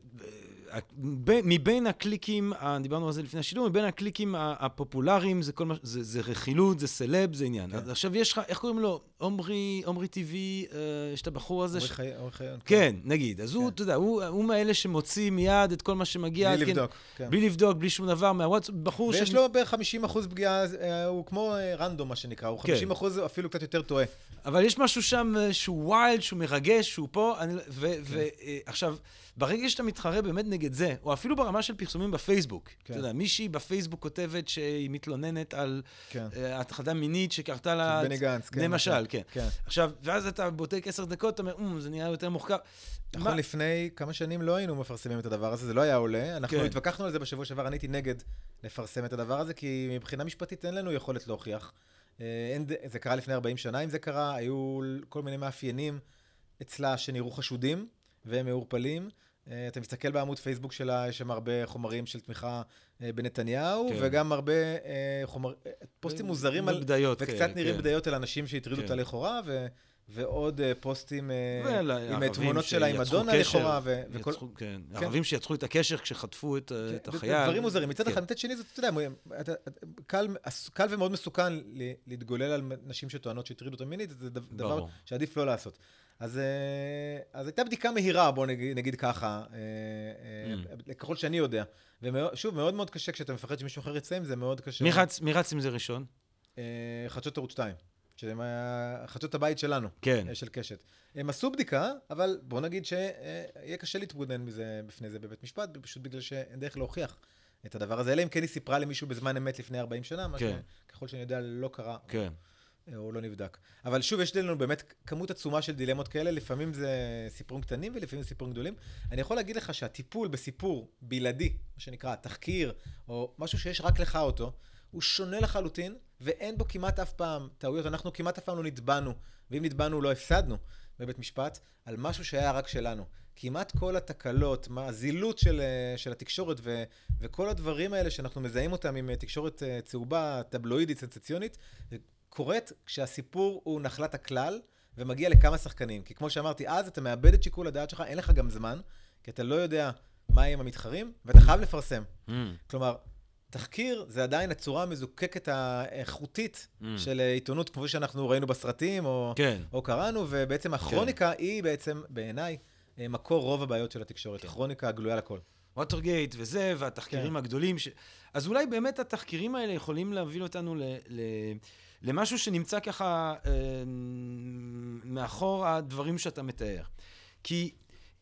מבין הקליקים, דיברנו על זה לפני השידור, מבין הקליקים הפופולריים, זה כל מה, זה רכילות, זה סלב, זה עניין. עכשיו יש לך, איך קוראים לו? עומרי, עומרי טבעי, יש את הבחור הזה. עומרי חיון. כן, נגיד. אז הוא, אתה יודע, הוא מאלה שמוציא מיד את כל מה שמגיע. בלי לבדוק. בלי לבדוק, בלי שום דבר, מהוואטסאפ, בחור ש... ויש לו ב-חמישים אחוז פגיעה, הוא כמו רנדום, מה שנקרא, הוא חמישים אחוז אפילו קצת יותר טועה. אבל יש משהו שם שהוא ווילד, שהוא מרגש, שהוא פה, ועכשיו, ברגע שאתה מתחרה באמת נגד זה, או אפילו ברמה של פרסומים בפייסבוק, אתה יודע, מישהי בפייסבוק כותבת שהיא מתלוננת על התחדה מינית שקרתה לה... בני גנץ, כן. למשל, כן. עכשיו, ואז אתה בודק עשר דקות, אתה אומר, זה נהיה יותר מוחקר. נכון, לפני כמה שנים לא היינו מפרסמים את הדבר הזה, זה לא היה עולה. אנחנו התווכחנו על זה בשבוע שעבר, אני הייתי נגד לפרסם את הדבר הזה, כי מבחינה משפטית אין לנו יכולת להוכיח. זה קרה לפני ארבעים שנה, אם זה קרה, היו כל מיני מאפיינים אצלה שנראו חשודים, והם מעורפלים. אתה מסתכל בעמוד פייסבוק שלה, יש שם הרבה חומרים של תמיכה בנתניהו, כן. וגם הרבה חומר, פוסטים מוזרים, על, בדיות, וקצת כן, נראים כן. בדיות על אנשים שהטרידו כן. אותה לכאורה, ו... ועוד פוסטים עם תמונות שלה עם אדונה לכאורה. כן, ערבים שיצחו את הקשר כשחטפו את החייל. דברים מוזרים. מצד אחד, מצד שני, אתה יודע, קל ומאוד מסוכן להתגולל על נשים שטוענות שהטרידו אותה מינית, זה דבר שעדיף לא לעשות. אז הייתה בדיקה מהירה, בוא נגיד ככה, ככל שאני יודע. ושוב, מאוד מאוד קשה כשאתה מפחד שמישהו אחר יצא עם זה, מאוד קשה. מי רץ עם זה ראשון? חדשות ערוץ שתיים. שזה חדשות הבית שלנו, כן. של קשת. הם עשו בדיקה, אבל בוא נגיד שיהיה קשה להתבודד מזה בפני זה בבית משפט, פשוט בגלל שאין דרך להוכיח את הדבר הזה. אלא אם כן היא סיפרה למישהו בזמן אמת לפני ארבעים שנה, מה כן. שככל שאני יודע לא קרה, כן. או, או לא נבדק. אבל שוב, יש לנו באמת כמות עצומה של דילמות כאלה, לפעמים זה סיפורים קטנים ולפעמים זה סיפורים גדולים. אני יכול להגיד לך שהטיפול בסיפור בלעדי, מה שנקרא תחקיר, או משהו שיש רק לך אותו, הוא שונה לחלוטין, ואין בו כמעט אף פעם טעויות. אנחנו כמעט אף פעם לא נתבענו, ואם נתבענו לא הפסדנו בבית משפט, על משהו שהיה רק שלנו. כמעט כל התקלות, הזילות של, של התקשורת, ו, וכל הדברים האלה שאנחנו מזהים אותם עם תקשורת צהובה, טבלואידית, סנסציונית, קורית כשהסיפור הוא נחלת הכלל, ומגיע לכמה שחקנים. כי כמו שאמרתי, אז אתה מאבד את שיקול הדעת שלך, אין לך גם זמן, כי אתה לא יודע מה עם המתחרים, ואתה חייב לפרסם. Mm. כלומר, תחקיר זה עדיין הצורה המזוקקת האיכותית mm. של עיתונות, כמו שאנחנו ראינו בסרטים או, כן. או קראנו, ובעצם הכרוניקה כן. היא בעצם בעיניי מקור רוב הבעיות של התקשורת. כן. הכרוניקה הגלויה לכל. ווטרגייט וזה, והתחקירים כן. הגדולים. ש... אז אולי באמת התחקירים האלה יכולים להביא אותנו ל... ל... למשהו שנמצא ככה אה, מאחור הדברים שאתה מתאר. כי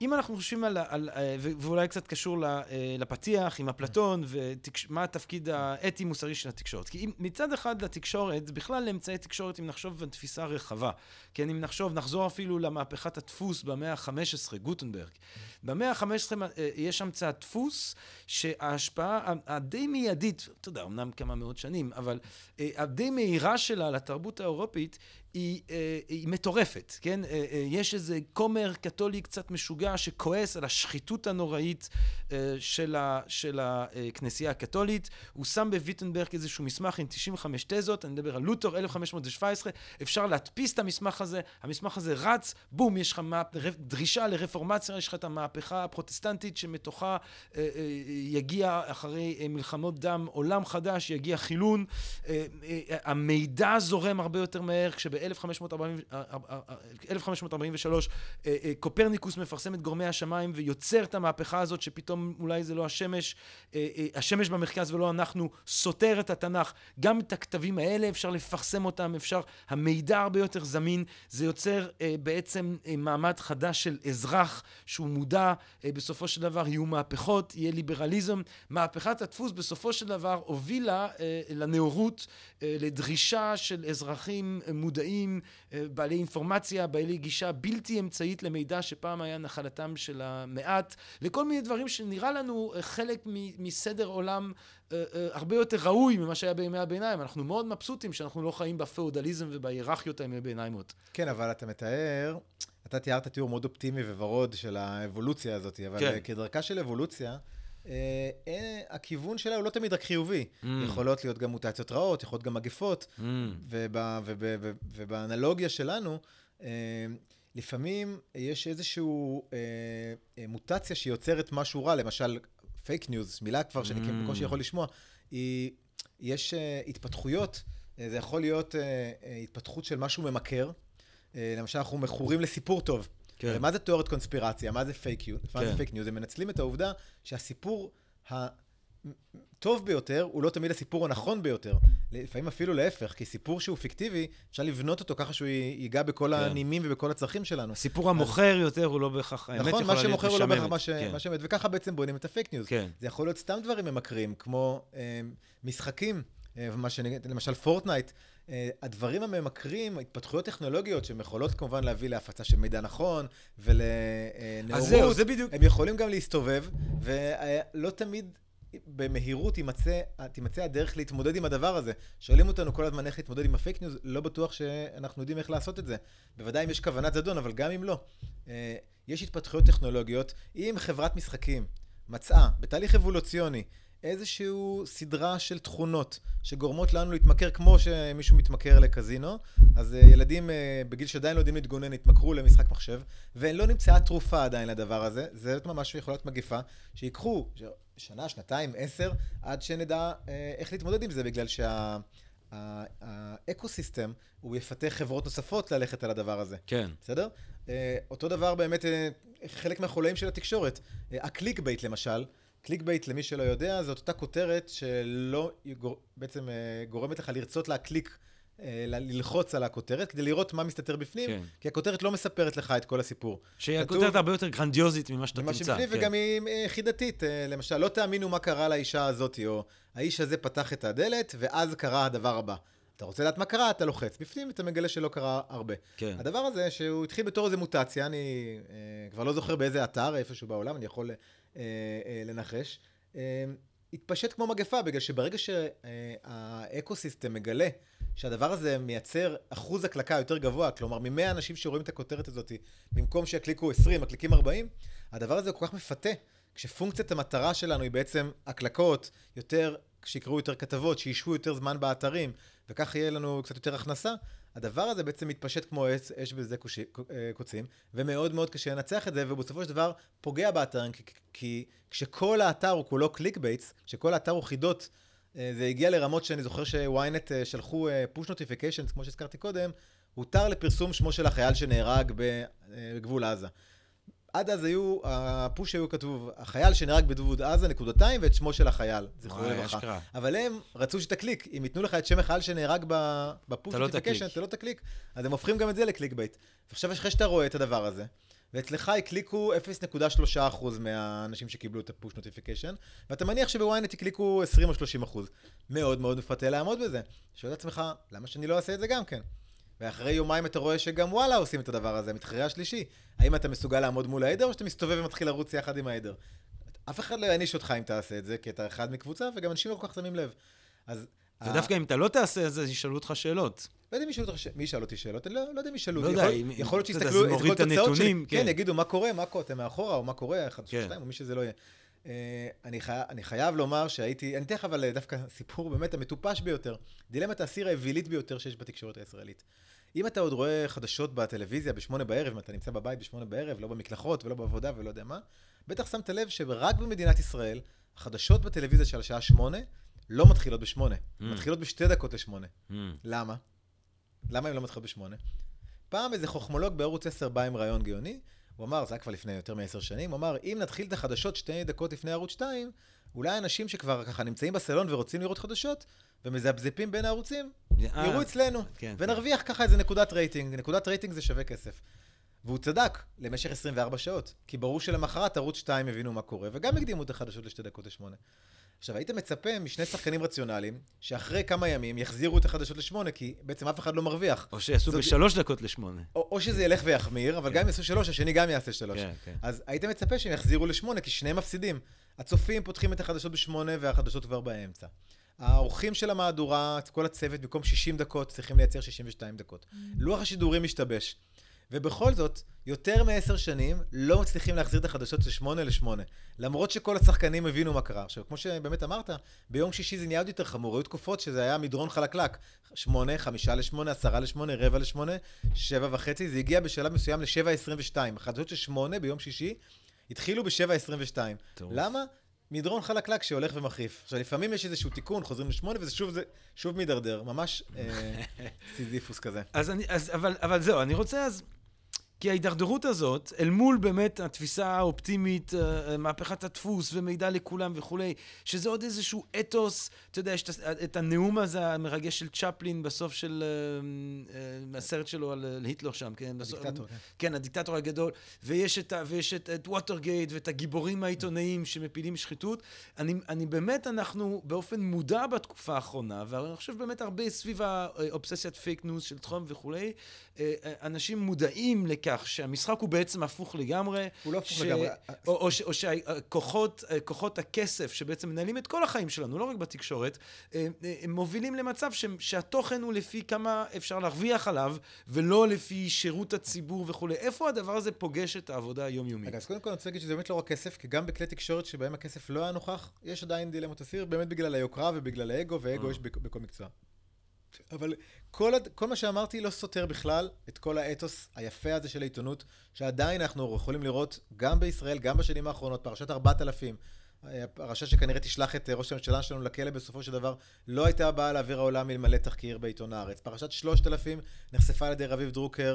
אם אנחנו חושבים על, על ואולי קצת קשור לפתיח עם אפלטון, ומה התפקיד האתי-מוסרי של התקשורת. כי מצד אחד לתקשורת, בכלל לאמצעי תקשורת, אם נחשוב על תפיסה רחבה, כן, אם נחשוב, נחזור אפילו למהפכת הדפוס במאה ה-חמש עשרה, גוטנברג. במאה ה-חמש עשרה יש המצאת דפוס, שההשפעה הדי מיידית, אתה יודע, אמנם כמה מאות שנים, אבל הדי מהירה שלה לתרבות האירופית, היא, היא מטורפת, כן? יש איזה כומר קתולי קצת משוגע שכועס על השחיתות הנוראית של, ה, של הכנסייה הקתולית. הוא שם בוויטנברג איזשהו מסמך עם תשעים וחמש תזות, אני מדבר על לותר, אלף חמש מאות שבע עשרה, אפשר להדפיס את המסמך הזה, המסמך הזה רץ, בום, יש לך דרישה לרפורמציה, יש לך את המהפכה הפרוטסטנטית שמתוכה יגיע אחרי מלחמות דם עולם חדש, יגיע חילון, המידע זורם הרבה יותר מהר, כשב ב-אלף חמש מאות ארבעים ושלוש קופרניקוס מפרסם את גורמי השמיים ויוצר את המהפכה הזאת שפתאום אולי זה לא השמש, השמש במרכז ולא אנחנו, סותר את התנ"ך. גם את הכתבים האלה אפשר לפרסם אותם, אפשר, המידע הרבה יותר זמין, זה יוצר בעצם מעמד חדש של אזרח שהוא מודע, בסופו של דבר יהיו מהפכות, יהיה ליברליזם. מהפכת הדפוס בסופו של דבר הובילה לנאורות, לדרישה של אזרחים מודעים, בעלי אינפורמציה, בעלי גישה בלתי אמצעית למידע שפעם היה נחלתם של המעט, לכל מיני דברים שנראה לנו חלק מסדר עולם הרבה יותר ראוי ממה שהיה בימי הביניים. אנחנו מאוד מבסוטים שאנחנו לא חיים בפאודליזם ובהיררכיות הימי ביניימות. כן, אבל אתה מתאר, אתה תיארת תיאור מאוד אופטימי וורוד של האבולוציה הזאת, אבל כן. כדרכה של אבולוציה, אה, הכיוון שלה הוא לא תמיד רק חיובי. Mm. יכולות להיות גם מוטציות רעות, יכולות גם מגפות, mm. וב, וב, וב, ובאנלוגיה שלנו, אה, לפעמים יש איזשהו אה, מוטציה שיוצרת משהו רע, למשל פייק ניוז, מילה כבר שאני mm. בקושי יכול לשמוע, היא, יש אה, התפתחויות, אה, זה יכול להיות אה, אה, התפתחות של משהו ממכר, אה, למשל אנחנו מכורים לסיפור טוב, כן. מה זה תיאוריות קונספירציה? מה זה פייק ניוז? מה זה פייק ניוז? הם מנצלים את העובדה שהסיפור הטוב ביותר הוא לא תמיד הסיפור הנכון ביותר. לפעמים אפילו להפך, כי סיפור שהוא פיקטיבי, אפשר לבנות אותו ככה שהוא ייגע בכל הנימים ובכל הצרכים שלנו. הסיפור המוכר יותר הוא לא בהכרח, נכון, מה שמוכר הוא לא בהכרח מה שאמת, וככה בעצם בונים את הפייק ניוז. זה יכול להיות סתם דברים ממכרים, כמו משחקים, למשל פורטנייט, הדברים הממכרים, התפתחויות טכנולוגיות שהן יכולות כמובן להביא להפצה של מידע נכון ולנאורות, הם יכולים גם להסתובב, ולא תמיד במהירות תימצא, תימצא הדרך להתמודד עם הדבר הזה. שואלים אותנו כל הזמן איך להתמודד עם הפייק ניוז, לא בטוח שאנחנו יודעים איך לעשות את זה. בוודאי אם יש כוונת זדון, אבל גם אם לא. יש התפתחויות טכנולוגיות, אם חברת משחקים מצאה בתהליך אבולוציוני איזשהו סדרה של תכונות שגורמות לנו להתמכר כמו שמישהו מתמכר לקזינו, אז ילדים בגיל שעדיין לא יודעים להתגונן התמכרו למשחק מחשב, ולא נמצאה תרופה עדיין לדבר הזה. זה ממש יכול להיות מגיפה שיקחו שנה, שנתיים, עשר, עד שנדע איך להתמודד עם זה, בגלל שהאקוסיסטם הוא יפתח חברות נוספות ללכת על הדבר הזה. כן. בסדר? אותו דבר באמת חלק מהחולאים של התקשורת. הקליק בייט למשל, קליק בייט, למי שלא יודע, זאת אותה כותרת שלא בעצם גורמת לך לרצות להקליק, ללחוץ על הכותרת, כדי לראות מה מסתתר בפנים, כן. כי הכותרת לא מספרת לך את כל הסיפור. שהיא הכותרת הרבה יותר גרנדיוזית ממה שאתה תמצא. שבפנים, כן. וגם היא חידתית. למשל, לא תאמינו מה קרה לאישה הזאת, או האיש הזה פתח את הדלת, ואז קרה הדבר הבא. אתה רוצה לדעת מה קרה, אתה לוחץ. בפנים אתה מגלה שלא קרה הרבה. כן. הדבר הזה, שהוא התחיל בתור איזו מוטציה, אני אה, כבר לא זוכר באיזה אתר, איפשהו בעולם, אני יכול אה, אה, לנחש, אה, התפשט כמו מגפה, בגלל שברגע שהאקוסיסטם מגלה שהדבר הזה מייצר אחוז הקלקה יותר גבוה, כלומר, ממאה אנשים שרואים את הכותרת הזאת, במקום שיקליקו עשרים, מקליקים ארבעים, הדבר הזה הוא כל כך מפתה, כשפונקציית המטרה שלנו היא בעצם הקלקות, יותר, שיקראו יותר כתבות, שישבו יותר זמן באתרים, וכך יהיה לנו קצת יותר הכנסה, הדבר הזה בעצם מתפשט כמו אש, אש בזה קוצים, ומאוד מאוד קשה לנצח את זה, ובסופו של דבר פוגע באתרים, כי, כי כשכל האתר הוא כולו קליק בייטס, כשכל האתר הוא חידות, זה הגיע לרמות שאני זוכר שוויינט שלחו push notifications, כמו שהזכרתי קודם, הותר לפרסום שמו של החייל שנהרג בגבול עזה. עד אז היו, הפוש היו כתוב, החייל שנהרג בגבול עזה, נקודתיים, ואת שמו של החייל, זכרו לברכה. אבל הם רצו שתקליק, אם ייתנו לך את שם החייל שנהרג בפוש notification, אתה לא תקליק, אז הם הופכים גם את זה לקליק בייט. ועכשיו אחרי שאתה רואה את הדבר הזה, ואצלך הקליקו אפס נקודה שלושה אחוז מהאנשים שקיבלו את הפוש נוטיפיקיישן, ואתה מניח שבוויינט הקליקו עשרים או שלושים אחוז. מאוד מאוד מפתה לעמוד בזה. שואל עצמך, למה שאני לא אעשה את זה גם כן? ואחרי יומיים אתה רואה שגם וואלה עושים את הדבר הזה, המתחרה השלישי. האם אתה מסוגל לעמוד מול העדר, או שאתה מסתובב ומתחיל לרוץ יחד עם העדר? אף אחד לא יעניש אותך אם תעשה את זה, כי אתה אחד מקבוצה, וגם אנשים לא כל כך שמים לב. אז ודווקא אם אתה לא תעשה את זה, ישאלו אותך שאלות. לא יודע מי ישאל אותי שאלות, אני לא יודע מי ישאלו אותי. לא יודע, יכול להיות אתה יודע, שיסתכלו, זה מוריד את הנתונים. כן, יגידו מה קורה, מה קורה, אתם מאחורה, או מה קורה, אחד, שתיים, או מי שזה לא יהיה. אני חייב לומר שהייתי, אני תכף אבל דווקא סיפור באמת המטופש ביותר, דילמת האסיר האווילית ביותר שיש בתקשורת הישראלית. אם אתה עוד רואה חדשות בטלוויזיה בשמונה בערב, אם אתה נמצא בבית בשמונה בערב, לא במקלחות ולא בעבודה ולא יודע מה, בטח שמת לב שרק במדינת ישראל, החדשות בטלוויזיה של השעה שמונה, לא מתחילות בשמונה, mm. מתחילות בשתי דקות לשמונה. Mm. למה? למה הן לא מתחילות בשמונה? פעם איזה חוכמולוג בערוץ עשר בא עם רעיון גאוני, הוא אמר, זה היה כבר לפני יותר מעשר שנים, הוא אמר, אם נתחיל את החדשות שתי דקות לפני ערוץ שתיים, אולי אנשים שכבר ככה נמצאים בסלון ורוצים לראות חדשות, ומזפזפים בין הערוצים, יראו אצלנו, כן, ונרוויח כן. ככה איזה נקודת רייטינג. נקודת רייטינג זה שווה כסף. והוא צדק למשך עשרים וארבע שעות, כי ברור שלמחרת ערוץ שתיים הבינו מה קורה, וגם הקדימו את החדשות לשתי דקות לשמונה. עכשיו, היית מצפה משני שחקנים רציונליים, שאחרי כמה ימים יחזירו את החדשות לשמונה, כי בעצם אף אחד לא מרוויח. או שיעשו בשלוש דקות לשמונה. או, או שזה ילך ויחמיר, אבל כן. גם יעשו שלוש, השני גם יעשה שלוש. כן, כן. אז היית מצפה שהם יחזירו לשמונה, כי שניהם מפסידים. הצופים פותחים את החדשות בשמונה, והחדשות כבר באמצע. האורחים של המהדורה, כל הצוות, במקום שישים דקות, צריכים לייצר שישים ושתיים דקות. לוח השידורים משתבש. ובכל זאת, יותר מעשר שנים לא מצליחים להחזיר את החדשות של שמונה לשמונה. למרות שכל השחקנים הבינו מה קרה. עכשיו, כמו שבאמת אמרת, ביום שישי זה נהיה עוד יותר חמור. היו תקופות שזה היה מדרון חלקלק. שמונה, חמישה לשמונה, עשרה לשמונה, רבע לשמונה, שבע וחצי. זה הגיע בשלב מסוים לשבע עשרים ושתיים. החדשות של שמונה ביום שישי התחילו בשבע עשרים ושתיים. למה? מדרון חלקלק שהולך ומחריף. עכשיו, לפעמים יש איזשהו תיקון, חוזרים לשמונה, וזה שוב, זה, שוב מדרדר. ממש אה, סיזיפוס כזה. אז אני, אז, אבל, אבל זהו, אני רוצה אז... כי ההידרדרות הזאת, אל מול באמת התפיסה האופטימית, מהפכת הדפוס ומידע לכולם וכולי, שזה עוד איזשהו אתוס, אתה יודע, יש את הנאום הזה המרגש של צ'פלין בסוף של הסרט שלו על היטלר שם, כן? הדיקטטור, כן. כן, הדיקטטור הגדול, ויש את, ויש את, את ווטרגייט ואת הגיבורים העיתונאיים שמפילים שחיתות. אני, אני באמת, אנחנו באופן מודע בתקופה האחרונה, ואני חושב באמת הרבה סביב האובססיית פייק ניוז של טראמפ וכולי, אנשים מודעים לכך, שהמשחק הוא בעצם הפוך לגמרי. הוא לא הפוך לגמרי. או, או, או שהכוחות, כוחות הכסף שבעצם מנהלים את כל החיים שלנו, לא רק בתקשורת, הם מובילים למצב שהתוכן הוא לפי כמה אפשר להרוויח עליו, ולא לפי שירות הציבור וכו'. איפה הדבר הזה פוגש את העבודה היומיומית? רגע, אז קודם כל אני רוצה להגיד שזה באמת לא רק כסף, כי גם בכלי תקשורת שבהם הכסף לא היה נוכח, יש עדיין דילמות אסיר, באמת בגלל היוקרה ובגלל האגו, ואגו יש בכל מקצוע. אבל כל, כל מה שאמרתי לא סותר בכלל את כל האתוס היפה הזה של העיתונות, שעדיין אנחנו יכולים לראות גם בישראל, גם בשנים האחרונות, פרשת ארבעת אלפים, פרשה שכנראה תשלח את ראש הממשלה שלנו לכלא בסופו של דבר, לא הייתה באה לאוויר העולם מלמלא תחקיר בעיתון הארץ. פרשת שלושת אלפים נחשפה על ידי רביב דרוקר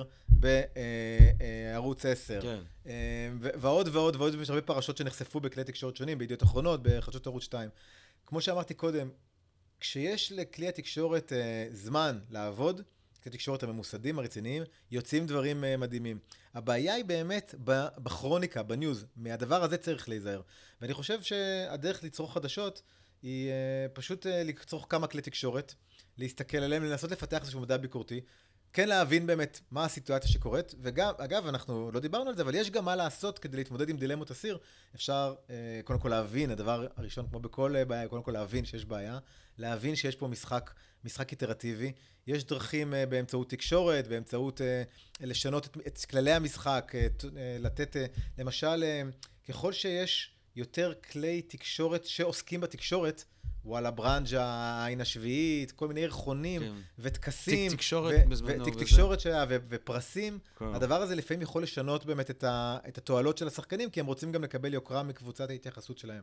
בערוץ עשר. כן. ועוד ועוד ועוד, ויש הרבה פרשות שנחשפו בכלי תקשורת שונים, בידיעות אחרונות, בחדשות ערוץ שתיים. כמו שאמרתי קודם, כשיש לכלי התקשורת uh, זמן לעבוד, כלי התקשורת הממוסדים, הרציניים, יוצאים דברים uh, מדהימים. הבעיה היא באמת בכרוניקה, בניוז. מהדבר הזה צריך להיזהר. ואני חושב שהדרך לצרוך חדשות היא uh, פשוט uh, לצרוך כמה כלי תקשורת, להסתכל עליהם, לנסות לפתח איזשהו מדע ביקורתי, כן להבין באמת מה הסיטואציה שקורית, וגם, אגב, אנחנו לא דיברנו על זה, אבל יש גם מה לעשות כדי להתמודד עם דילמות אסיר. אפשר אה, קודם כל להבין, הדבר הראשון כמו בכל בעיה, קודם כל להבין שיש בעיה, להבין שיש פה משחק, משחק איטרטיבי, יש דרכים אה, באמצעות תקשורת, באמצעות אה, לשנות את, את כללי המשחק, אה, אה, לתת, אה, למשל, אה, ככל שיש יותר כלי תקשורת שעוסקים בתקשורת, וואלה ברנג'ה, העין השביעית, כל מיני ערכונים כן. ותקסים. תיק תקשורת ו- בזמנו. ותיק תקשורת שהיה, ו- ופרסים. כן. הדבר הזה לפעמים יכול לשנות באמת את, ה- את התועלות של השחקנים, כי הם רוצים גם לקבל יוקרה מקבוצת ההתייחסות שלהם.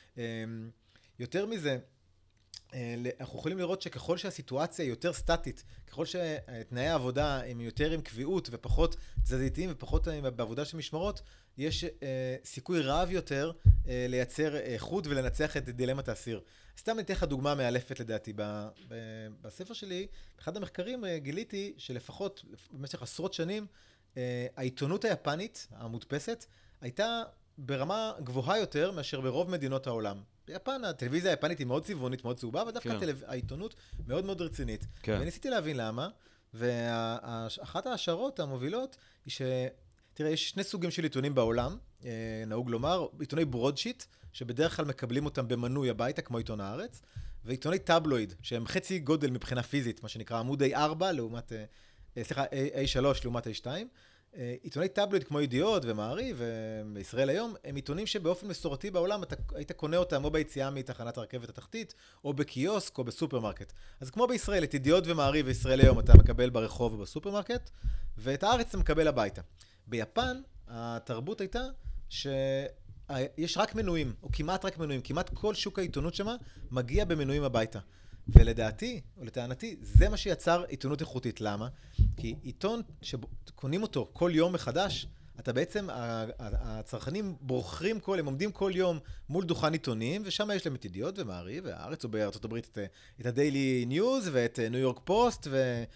יותר מזה, אנחנו יכולים לראות שככל שהסיטואציה היא יותר סטטית, ככל שתנאי העבודה הם יותר עם קביעות ופחות תזזיתיים ופחות בעבודה של משמרות, יש סיכוי רב יותר לייצר איכות ולנצח את דילמת האסיר. סתם ניתן לך דוגמה מאלפת לדעתי. בספר שלי, באחד המחקרים גיליתי שלפחות במשך עשרות שנים, העיתונות היפנית, המודפסת, הייתה ברמה גבוהה יותר מאשר ברוב מדינות העולם. ביפן, הטלוויזיה היפנית היא מאוד צבעונית, מאוד צהובה, ודווקא כן. הטלו... העיתונות מאוד מאוד רצינית. כן. וניסיתי להבין למה, ואחת ההשערות המובילות היא ש... תראה, יש שני סוגים של עיתונים בעולם, נהוג לומר, עיתוני ברודשיט, שבדרך כלל מקבלים אותם במנוי הביתה, כמו עיתון הארץ, ועיתוני טבלויד, שהם חצי גודל מבחינה פיזית, מה שנקרא עמוד איי ארבע לעומת, סליחה, איי שלוש לעומת איי שתיים. עיתוני טבלויד כמו ידיעות ומעריב ובישראל היום, הם עיתונים שבאופן מסורתי בעולם אתה היית קונה אותם או ביציאה מתחנת הרכבת התחתית, או בקיוסק או בסופרמרקט. אז כמו בישראל, את ידיעות ומעריב בישראל היום אתה מקבל ברחוב או בסופרמרקט, ואת הארץ אתה מקבל הביתה. ביפן התרבות הייתה שיש רק מנויים, או כמעט רק מנויים, כמעט כל שוק העיתונות שמה מגיע במנויים הביתה. ולדעתי, או לטענתי, זה מה שיצר עיתונות איכותית. למה? כי עיתון שקונים אותו כל יום מחדש, אתה בעצם, הצרכנים בוחרים כל, הם עומדים כל יום מול דוכן עיתונים, ושם יש להם את ידיעות ומעריב, והארץ או בארצות הברית את, את הדיילי ניוז, ואת ניו יורק פוסט,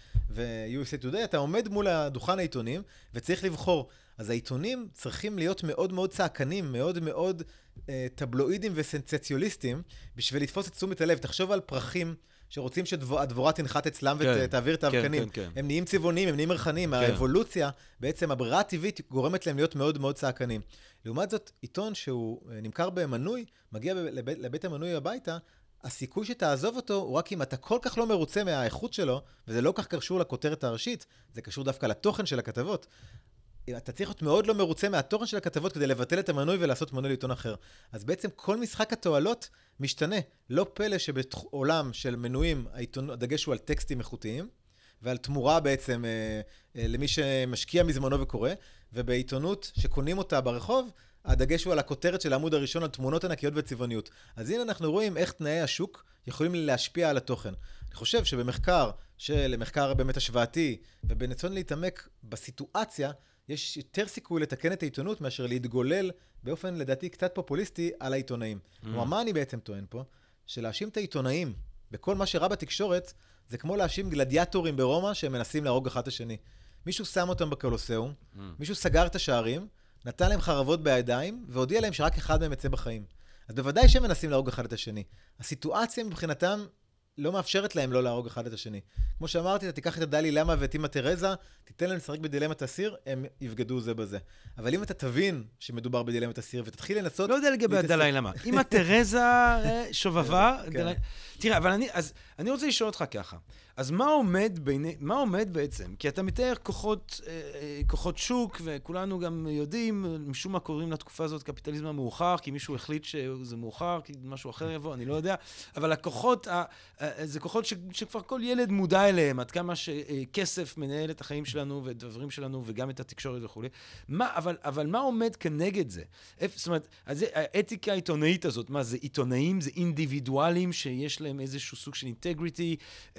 ו-יו אס איי Today, אתה עומד מול הדוכן העיתונים, וצריך לבחור. אז העיתונים צריכים להיות מאוד מאוד צעקנים, מאוד מאוד אה, טבלואידים וסנסציוליסטים, בשביל לתפוס את תשומת הלב. תחשוב על פרחים שרוצים שהדבורה תנחת אצלם כן, ותעביר את האבקנים. כן, כן, כן. הם נהיים צבעונים, הם נהיים מרחנים. כן. האבולוציה, בעצם הברירה הטבעית גורמת להם להיות מאוד מאוד צעקנים. לעומת זאת, עיתון שהוא נמכר במנוי, מגיע לבית, לבית המנוי הביתה, הסיכוי שתעזוב אותו הוא רק אם אתה כל כך לא מרוצה מהאיכות שלו, וזה לא כך קשור לכותרת הראשית, זה קשור דווקא לתוכן של הכתבות. אתה צריך להיות מאוד לא מרוצה מהתוכן של הכתבות כדי לבטל את המנוי ולעשות מנוי לעיתון אחר. אז בעצם כל משחק התועלות משתנה. לא פלא שבעולם של מנויים העיתון, הדגש הוא על טקסטים איכותיים, ועל תמורה בעצם אה, אה, למי שמשקיע מזמנו וקורא, ובעיתונות שקונים אותה ברחוב, הדגש הוא על הכותרת של העמוד הראשון, על תמונות ענקיות וצבעוניות. אז הנה אנחנו רואים איך תנאי השוק יכולים להשפיע על התוכן. אני חושב שבמחקר, שלמחקר באמת השוואתי, ובנצון להתעמק בסיטואציה, יש יותר סיכוי לתקן את העיתונות מאשר להתגולל באופן לדעתי קצת פופוליסטי על העיתונאים. Mm. מה אני בעצם טוען פה? שלהאשים את העיתונאים בכל מה שרע בתקשורת, זה כמו להאשים גלדיאטורים ברומא שהם מנסים להרוג אחד את השני. מישהו שם אותם בקולוסיאום, mm. מישהו סגר את השערים, נתן להם חרבות בידיים, והודיע להם שרק אחד מהם יצא בחיים. אז בוודאי שהם מנסים להרוג אחד את השני. הסיטואציה מבחינתם לא מאפשרת להם לא להרוג אחד את השני. כמו שאמרתי, אתה תיקח את הדלי למה ואת אמא תרזה, תיתן להם לשחק בדילמת אסיר, הם יבגדו זה בזה. אבל אם אתה תבין שמדובר בדילמת אסיר, ותתחיל לנסות... לא יודע לגבי הדלי למה. אמא תרזה שובבה... תראה, אבל אני, אז, אני רוצה לשאול אותך ככה. אז מה עומד ביני, מה עומד בעצם? כי אתה מתאר כוחות, כוחות שוק, וכולנו גם יודעים, משום מה קוראים לתקופה הזאת קפיטליזם המאוחר, כי מישהו החליט שזה מאוחר, כי משהו אחר יבוא, אני לא יודע. אבל הכוחות, זה כוחות ש, שכבר כל ילד מודע אליהם, עד כמה שכסף מנהל את החיים שלנו ואת הדברים שלנו, וגם את התקשורת וכו'. מה, אבל, אבל מה עומד כנגד זה? זאת אומרת, אז האתיקה העיתונאית הזאת, מה זה עיתונאים, זה אינדיבידואלים שיש להם איזשהו סוג של אינטגריטי,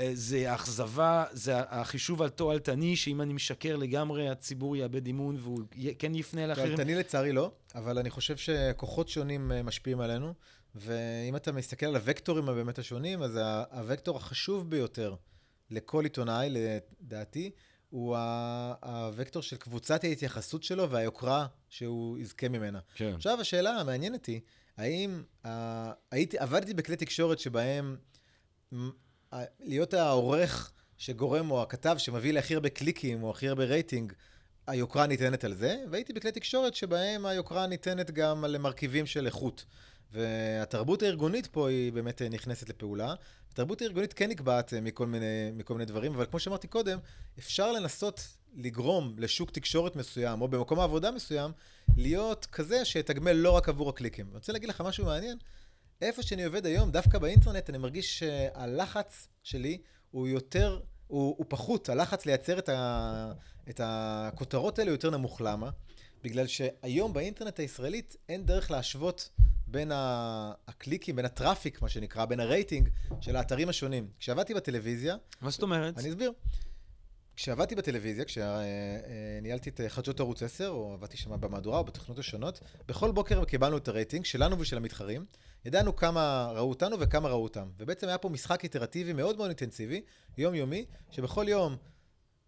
זה האכזבה, זה החישוב על תועלתני, שאם אני משקר לגמרי, הציבור יאבד אימון והוא כן יפנה לאחרים. תועלתני לצערי לא, אבל אני חושב שכוחות שונים משפיעים עלינו, ואם אתה מסתכל על הוקטורים הבאמת השונים, אז הוקטור החשוב ביותר לכל עיתונאי, לדעתי, הוא הוקטור של קבוצת ההתייחסות שלו והיוקרה שהוא יזכה ממנה. כן. עכשיו השאלה המעניינת היא, האם הייתי, עבדתי בכלי תקשורת שבהם להיות העורך שגורם או הכתב שמביא להכי הרבה קליקים או הכי הרבה רייטינג, היוקרה ניתנת על זה, והייתי בכלי תקשורת שבהם היוקרה ניתנת גם על מרכיבים של איכות. והתרבות הארגונית פה היא באמת נכנסת לפעולה. התרבות הארגונית כן נקבעת מכל מיני, מכל מיני דברים, אבל כמו שאמרתי קודם, אפשר לנסות לגרום לשוק תקשורת מסוים, או במקום העבודה מסוים, להיות כזה שתגמל לא רק עבור הקליקים. אני רוצה להגיד לך משהו מעניין. איפה שאני עובד היום, דווקא באינטרנט, אני מרגיש שהלחץ שלי הוא יותר, הוא, הוא פחות. הלחץ לייצר את, ה, את הכותרות האלה יותר נמוך. למה? בגלל שהיום באינטרנט הישראלית אין דרך להשוות בין הקליקים, בין הטראפיק, מה שנקרא, בין הרייטינג של האתרים השונים. כשעבדתי בטלוויזיה... מה זאת אומרת? אני אסביר. כשעבדתי בטלוויזיה, כשניהלתי את חדשות ערוץ עשר, או עבדתי שם במהדורה או בתוכנות השונות, בכל בוקר קיבלנו את הרייטינג שלנו ושל המתחרים, ידענו כמה ראו אותנו וכמה ראו אותם. ובעצם היה פה משחק איטרטיבי מאוד מאוד אינטנסיבי, יומיומי, שבכל יום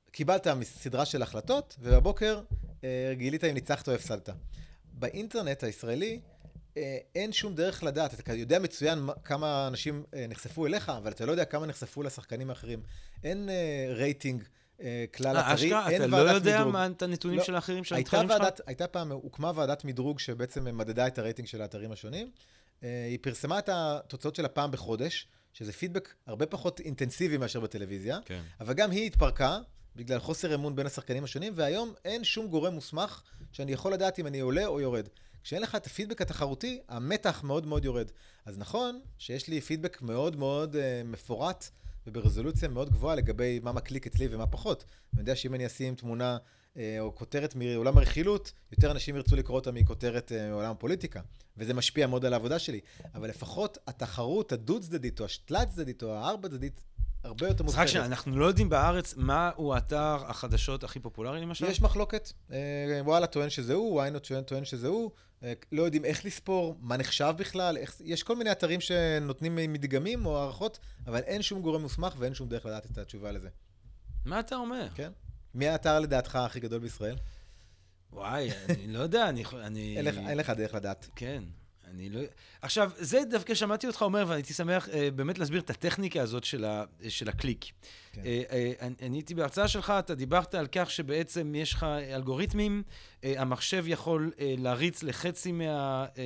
קיבלת סדרה של החלטות, ובבוקר גילית אם ניצחת או הפסדת. באינטרנט הישראלי, אין שום דרך לדעת. אתה יודע מצוין כמה אנשים נחשפו אליך, אבל אתה לא יודע כמה נחשפו לשחקנים האחרים. אין רייטינג כלל אתרי, אין ועדת מדרוג. אתה לא יודע מה את הנתונים של האחרים של המתחרים שלך? הייתה פעם, הוקמה ועדת מדרוג שבעצם מדדה את הרייטינג של האתרים השונים. היא פרסמה את התוצאות של הפעם בחודש, שזה פידבק הרבה פחות אינטנסיבי מאשר בטלוויזיה, כן. אבל גם היא התפרקה, בגלל חוסר אמון בין השחקנים השונים, והיום אין שום גורם מוסמך שאני יכול לדעת אם אני עולה או יורד. כשאין לך את הפידבק התחרותי, המתח מאוד מאוד יורד. אז נכון שיש לי פידבק מאוד מאוד uh, מפורט, וברזולוציה מאוד גבוהה לגבי מה מקליק אצלי ומה פחות. אני יודע שאם אני אשים תמונה uh, או כותרת מעולם הרכילות, יותר אנשים ירצו לקרוא אותה מכותרת uh, מעולם הפוליטיקה. וזה משפיע מאוד על העבודה שלי. אבל לפחות התחרות הדוד צדדית או השתלת צדדית או הארבע צדדית, הרבה יותר מוזכרת. סליחה, אנחנו לא יודעים בארץ מה הוא האתר החדשות הכי פופולרי למשל? יש מחלוקת. וואלה טוען שזה הוא, וואינו טוען שזה הוא. לא יודעים איך לספור, מה נחשב בכלל. יש כל מיני אתרים שנותנים מדגמים או הערכות, אבל אין שום גורם מוסמך ואין שום דרך לדעת את התשובה לזה. מה אתה אומר? כן. מי האתר לדעתך הכי גדול בישראל? וואי, אני לא יודע, אני... אין לך דרך לדעת. כן. אני לא... עכשיו, זה דווקא שמעתי אותך אומר, ואני הייתי שמח אה, באמת להסביר את הטכניקה הזאת של, ה, של הקליק. כן. אה, אה, אני, אני הייתי בהרצאה שלך, אתה דיברת על כך שבעצם יש לך אלגוריתמים, אה, המחשב יכול אה, להריץ לחצי מה, אה,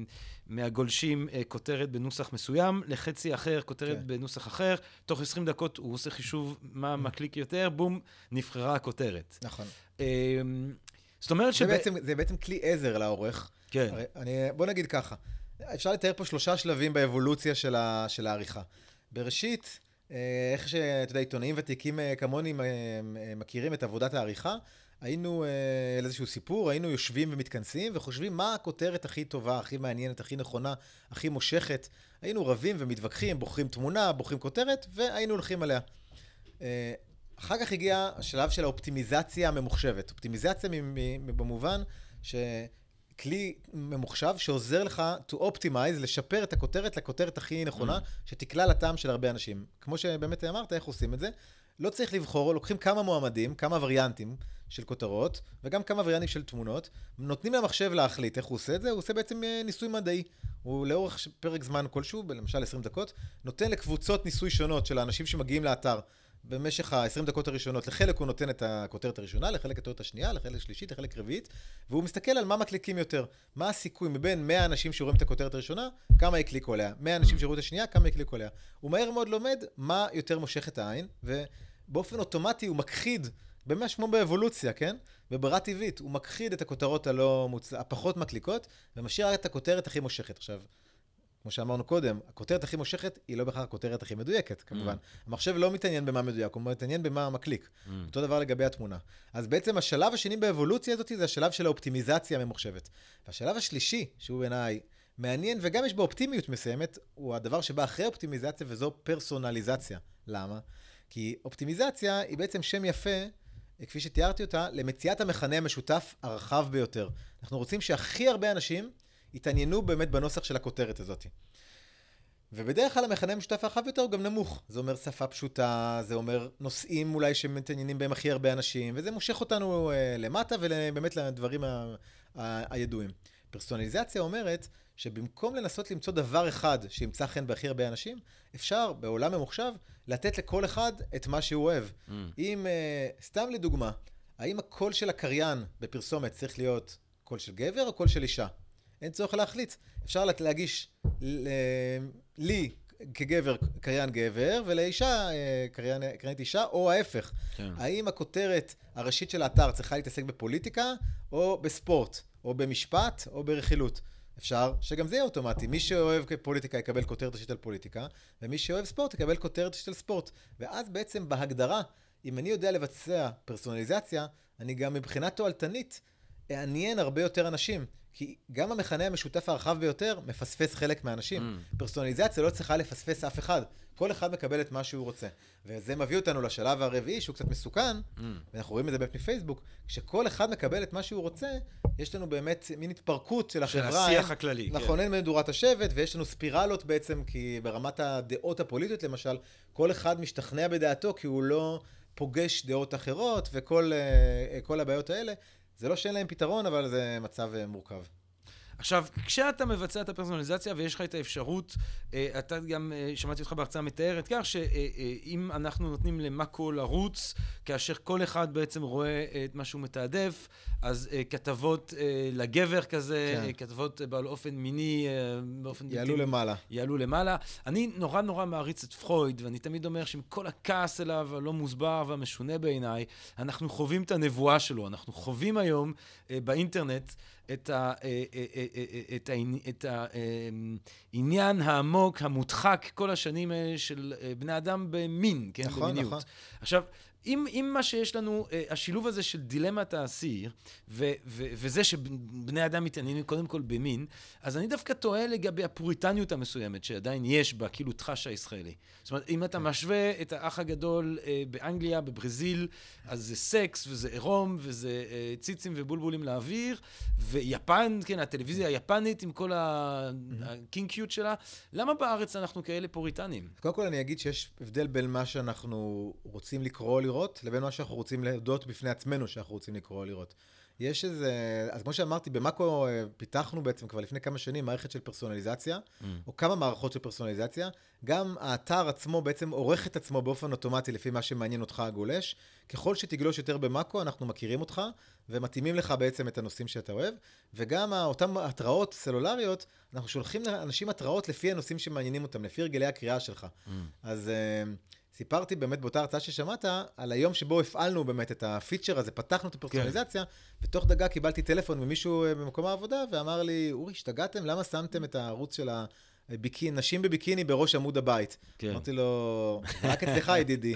מהגולשים אה, כותרת בנוסח מסוים, לחצי אחר כותרת כן. בנוסח אחר, תוך עשרים דקות הוא עושה חישוב מה מקליק יותר, בום, נבחרה הכותרת. נכון. אה, זאת אומרת זה, שבעצם, זה בעצם כלי עזר לעורך. כן. אני, בוא נגיד ככה, אפשר לתאר פה שלושה שלבים באבולוציה של, ה, של העריכה. בראשית, איך שאתה יודע, עיתונאים ותיקים כמוני מכירים את עבודת העריכה, היינו על איזשהו סיפור, היינו יושבים ומתכנסים וחושבים מה הכותרת הכי טובה, הכי מעניינת, הכי נכונה, הכי מושכת. היינו רבים ומתווכחים, בוחרים תמונה, בוחרים כותרת, והיינו הולכים עליה. אחר כך הגיע השלב של האופטימיזציה הממוחשבת. אופטימיזציה במובן שכלי ממוחשב שעוזר לך to optimize, לשפר את הכותרת לכותרת הכי נכונה, שתקלה לטעם של הרבה אנשים. כמו שבאמת אמרת, איך עושים את זה? לא צריך לבחור, לוקחים כמה מועמדים, כמה וריאנטים של כותרות, וגם כמה וריאנטים של תמונות, נותנים למחשב להחליט איך הוא עושה את זה, הוא עושה בעצם ניסוי מדעי. הוא לאורך פרק זמן כלשהו, למשל עשרים דקות, נותן לקבוצות ניסוי שונות של האנשים שמגיעים לאתר, במשך ה-עשרים דקות הראשונות, לחלק הוא נותן את הכותרת הראשונה, לחלק הכותרת השנייה, לחלק שלישית, לחלק רביעית, והוא מסתכל על מה מקליקים יותר. מה הסיכוי מבין מאה אנשים שרואים את הכותרת הראשונה, כמה יקליקו עליה. מאה אנשים שרואים את השנייה, כמה יקליקו עליה. הוא מהר מאוד לומד מה יותר מושך את העין, ובאופן אוטומטי הוא מכחיד, ממש כמו באבולוציה, כן? בברירה טבעית, הוא מכחיד את הכותרות הלא מוצ... הפחות מקליקות, ומשאיר את הכותרת הכי מושכת. עכשיו, כמו שאמרנו קודם, הכותרת הכי מושכת היא לא בהכרח הכותרת הכי מדויקת, כמובן. Mm. המחשב לא מתעניין במה מדויק, הוא מתעניין במה מקליק. Mm. אותו דבר לגבי התמונה. אז בעצם השלב השני באבולוציה הזאת זה השלב של האופטימיזציה הממוחשבת. והשלב השלישי, שהוא בעיניי מעניין וגם יש בו אופטימיות מסוימת, הוא הדבר שבא אחרי אופטימיזציה וזו פרסונליזציה. למה? כי אופטימיזציה היא בעצם שם יפה, כפי שתיארתי אותה, למציאת המכנה המשותף הרחב ביותר. אנחנו רוצים שהכי הרבה אנשים התעניינו באמת בנוסח של הכותרת הזאת. ובדרך כלל המכנה המשותף הרחב יותר הוא גם נמוך. זה אומר שפה פשוטה, זה אומר נושאים אולי שמתעניינים בהם הכי הרבה אנשים, וזה מושך אותנו uh, למטה ובאמת לדברים ה- ה- הידועים. פרסונליזציה אומרת שבמקום לנסות למצוא דבר אחד שימצא חן בהכי הרבה אנשים, אפשר בעולם ממוחשב לתת לכל אחד את מה שהוא אוהב. Mm. אם, uh, סתם לדוגמה, האם הקול של הקריין בפרסומת צריך להיות קול של גבר או קול של אישה? אין צורך להחליט. אפשר להגיש לי כגבר קריין גבר, ולאישה קריינית אישה, או ההפך. כן. האם הכותרת הראשית של האתר צריכה להתעסק בפוליטיקה, או בספורט, או במשפט, או ברכילות? אפשר שגם זה יהיה אוטומטי. מי שאוהב פוליטיקה יקבל כותרת ראשית על פוליטיקה, ומי שאוהב ספורט יקבל כותרת ראשית על ספורט. ואז בעצם בהגדרה, אם אני יודע לבצע פרסונליזציה, אני גם מבחינה תועלתנית אעניין הרבה יותר אנשים. כי גם המכנה המשותף הרחב ביותר מפספס חלק מהאנשים. Mm. פרסונליזציה לא צריכה לפספס אף אחד. כל אחד מקבל את מה שהוא רוצה. וזה מביא אותנו לשלב הרביעי, שהוא קצת מסוכן, mm. ואנחנו רואים את זה באמת מפייסבוק, כשכל אחד מקבל את מה שהוא רוצה, יש לנו באמת מין התפרקות של החברה. של השיח הכללי. נכון, אין מדורת השבט, ויש לנו ספירלות בעצם, כי ברמת הדעות הפוליטיות למשל, כל אחד משתכנע בדעתו, כי הוא לא פוגש דעות אחרות וכל כל הבעיות האלה. זה לא שאין להם פתרון, אבל זה מצב מורכב. עכשיו, כשאתה מבצע את הפרסונליזציה ויש לך את האפשרות, אתה גם, שמעתי אותך בהרצאה מתארת כך, שאם אנחנו נותנים למאקו לרוץ, כאשר כל אחד בעצם רואה את מה שהוא מתעדף, אז כתבות לגבר כזה, כן. כתבות בעל אופן מיני, באופן... יעלו למעלה. יעלו למעלה. אני נורא נורא מעריץ את פרויד, ואני תמיד אומר שעם כל הכעס אליו, הלא מוסבר והמשונה בעיניי, אנחנו חווים את הנבואה שלו. אנחנו חווים היום באינטרנט את ה... את ה- את העניין העמוק, המודחק כל השנים של בני אדם במין, כן? נכון, במיניות. נכון. עכשיו, אם, אם מה שיש לנו, השילוב הזה של דילמת האסיר, ו, ו, וזה שבני אדם מתעניינים קודם כל במין, אז אני דווקא טועה לגבי הפוריטניות המסוימת שעדיין יש בה, כאילו תחש הישראלי. זאת אומרת, אם אתה משווה את האח הגדול באנגליה, בברזיל, אז זה סקס וזה עירום וזה ציצים ובולבולים לאוויר, ויפן, כן, הטלוויזיה היפנית עם כל הקינקיות שלה, למה בארץ אנחנו כאלה פוריטנים? קודם כל אני אגיד שיש הבדל בין מה שאנחנו רוצים לקרוא לראות, לבין מה שאנחנו רוצים להודות בפני עצמנו שאנחנו רוצים לקרוא לראות. יש איזה, אז כמו שאמרתי, במאקו פיתחנו בעצם כבר לפני כמה שנים מערכת של פרסונליזציה, mm. או כמה מערכות של פרסונליזציה. גם האתר עצמו בעצם עורך את עצמו באופן אוטומטי לפי מה שמעניין אותך הגולש. ככל שתגלוש יותר במאקו, אנחנו מכירים אותך, ומתאימים לך בעצם את הנושאים שאתה אוהב. וגם אותם התראות סלולריות, אנחנו שולחים לאנשים התראות לפי הנושאים שמעניינים אותם, לפי הרגלי הקריאה שלך. Mm. אז... סיפרתי באמת באותה הרצאה ששמעת, על היום שבו הפעלנו באמת את הפיצ'ר הזה, פתחנו את הפרסונליזציה, ותוך דקה קיבלתי טלפון ממישהו במקום העבודה, ואמר לי, אורי, השתגעתם? למה שמתם את הערוץ של הביקיני, נשים בביקיני בראש עמוד הבית? אמרתי לו, רק אצלך ידידי.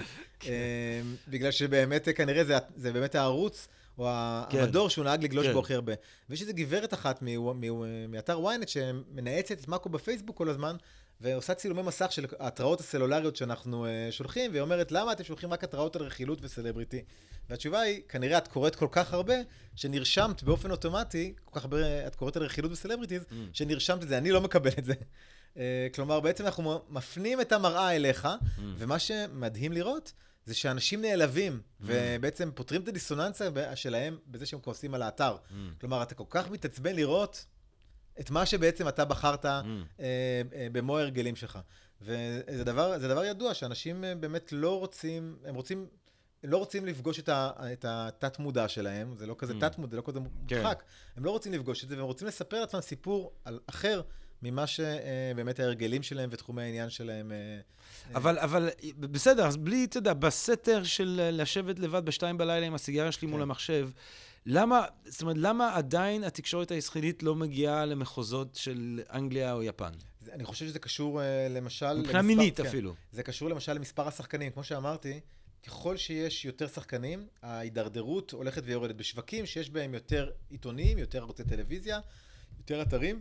בגלל שבאמת כנראה זה באמת הערוץ, או המדור שהוא נהג לגלוש בו הכי הרבה. ויש איזו גברת אחת מאתר וויינט, שמנהצת את מאקו בפייסבוק כל הזמן, ועושה צילומי מסך של ההתראות הסלולריות שאנחנו uh, שולחים, והיא אומרת, למה אתם שולחים רק התראות על רכילות וסלבריטי? והתשובה היא, כנראה את קוראת כל כך הרבה, שנרשמת באופן אוטומטי, כל כך הרבה, את קוראת על רכילות וסלבריטיז, mm. שנרשמת את זה, אני לא מקבל את זה. Uh, כלומר, בעצם אנחנו מפנים את המראה אליך, mm. ומה שמדהים לראות, זה שאנשים נעלבים, mm. ובעצם פותרים את הדיסוננסיה שלהם, בזה שהם כועסים על האתר. Mm. כלומר, אתה כל כך מתעצבן לראות, את מה שבעצם אתה בחרת mm. אה, אה, במו הרגלים שלך. וזה דבר, זה דבר ידוע, שאנשים באמת לא רוצים, הם רוצים, הם לא רוצים לפגוש את, ה, את התת מודע שלהם, זה לא כזה mm. תת מודע, זה לא כזה מודחק, כן. הם לא רוצים לפגוש את זה, והם רוצים לספר לעצמם סיפור על אחר, ממה שבאמת ההרגלים שלהם ותחומי העניין שלהם. אבל, אבל בסדר, אז בלי, אתה יודע, בסתר של לשבת לבד בשתיים בלילה עם הסיגריה שלי כן. מול המחשב, למה, זאת אומרת, למה עדיין התקשורת הישראלית לא מגיעה למחוזות של אנגליה או יפן? אני חושב שזה קשור למשל... מבחינה מינית אפילו. זה קשור למשל למספר השחקנים. כמו שאמרתי, ככל שיש יותר שחקנים, ההידרדרות הולכת ויורדת בשווקים שיש בהם יותר עיתונים, יותר ערוצי טלוויזיה, יותר אתרים.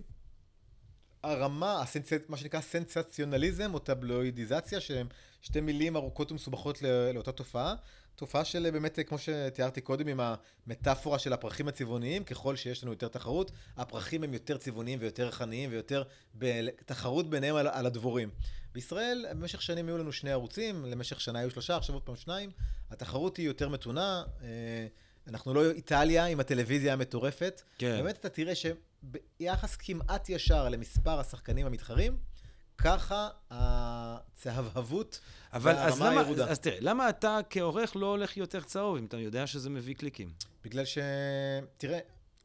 הרמה, מה שנקרא סנסציונליזם או טבלואידיזציה, שהם שתי מילים ארוכות ומסובכות לאותה תופעה. תופעה של באמת, כמו שתיארתי קודם, עם המטאפורה של הפרחים הצבעוניים, ככל שיש לנו יותר תחרות, הפרחים הם יותר צבעוניים ויותר ריחניים ויותר בתחרות ביניהם על, על הדבורים. בישראל, במשך שנים היו לנו שני ערוצים, למשך שנה היו שלושה, עכשיו עוד פעם שניים. התחרות היא יותר מתונה, אנחנו לא איטליה עם הטלוויזיה המטורפת. כן. באמת אתה תראה שביחס כמעט ישר למספר השחקנים המתחרים, ככה הצהבהבות והרמה הירודה. אז, אז תראה, למה אתה כעורך לא הולך יותר צהוב, אם אתה יודע שזה מביא קליקים? בגלל ש... תראה,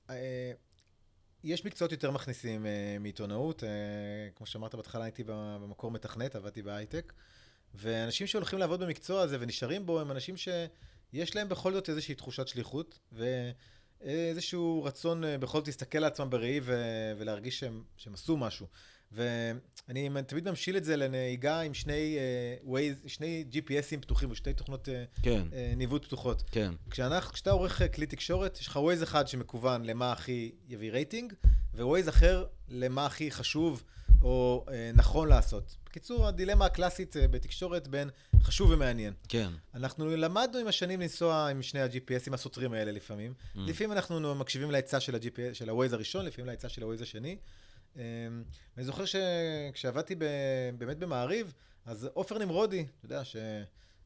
יש מקצועות יותר מכניסים מעיתונאות. כמו שאמרת בהתחלה, הייתי במקור מתכנת, עבדתי בהייטק, ואנשים שהולכים לעבוד במקצוע הזה ונשארים בו, הם אנשים שיש להם בכל זאת איזושהי תחושת שליחות, ואיזשהו רצון בכל זאת להסתכל על עצמם בראי ולהרגיש שהם, שהם עשו משהו. ואני תמיד ממשיל את זה לנהיגה עם שני Waze, שני ג'י פי אסים פתוחים, או שתי תוכנות כן. ניווט פתוחות. כן. כשאנחנו, כשאתה עורך כלי תקשורת, יש לך Waze אחד שמכוון למה הכי יביא רייטינג, ו-Waze אחר למה הכי חשוב או נכון לעשות. בקיצור, הדילמה הקלאסית בתקשורת בין חשוב ומעניין. כן. אנחנו למדנו עם השנים לנסוע עם שני ה-ג'י פי אסים הסותרים האלה לפעמים. Mm. לפעמים אנחנו מקשיבים להיצע של ה-ג'י פי אס, של ה-Waze הראשון, לפעמים להיצע של ה-Waze השני. אני זוכר שכשעבדתי באמת במעריב, אז אופר נמרודי, אתה יודע,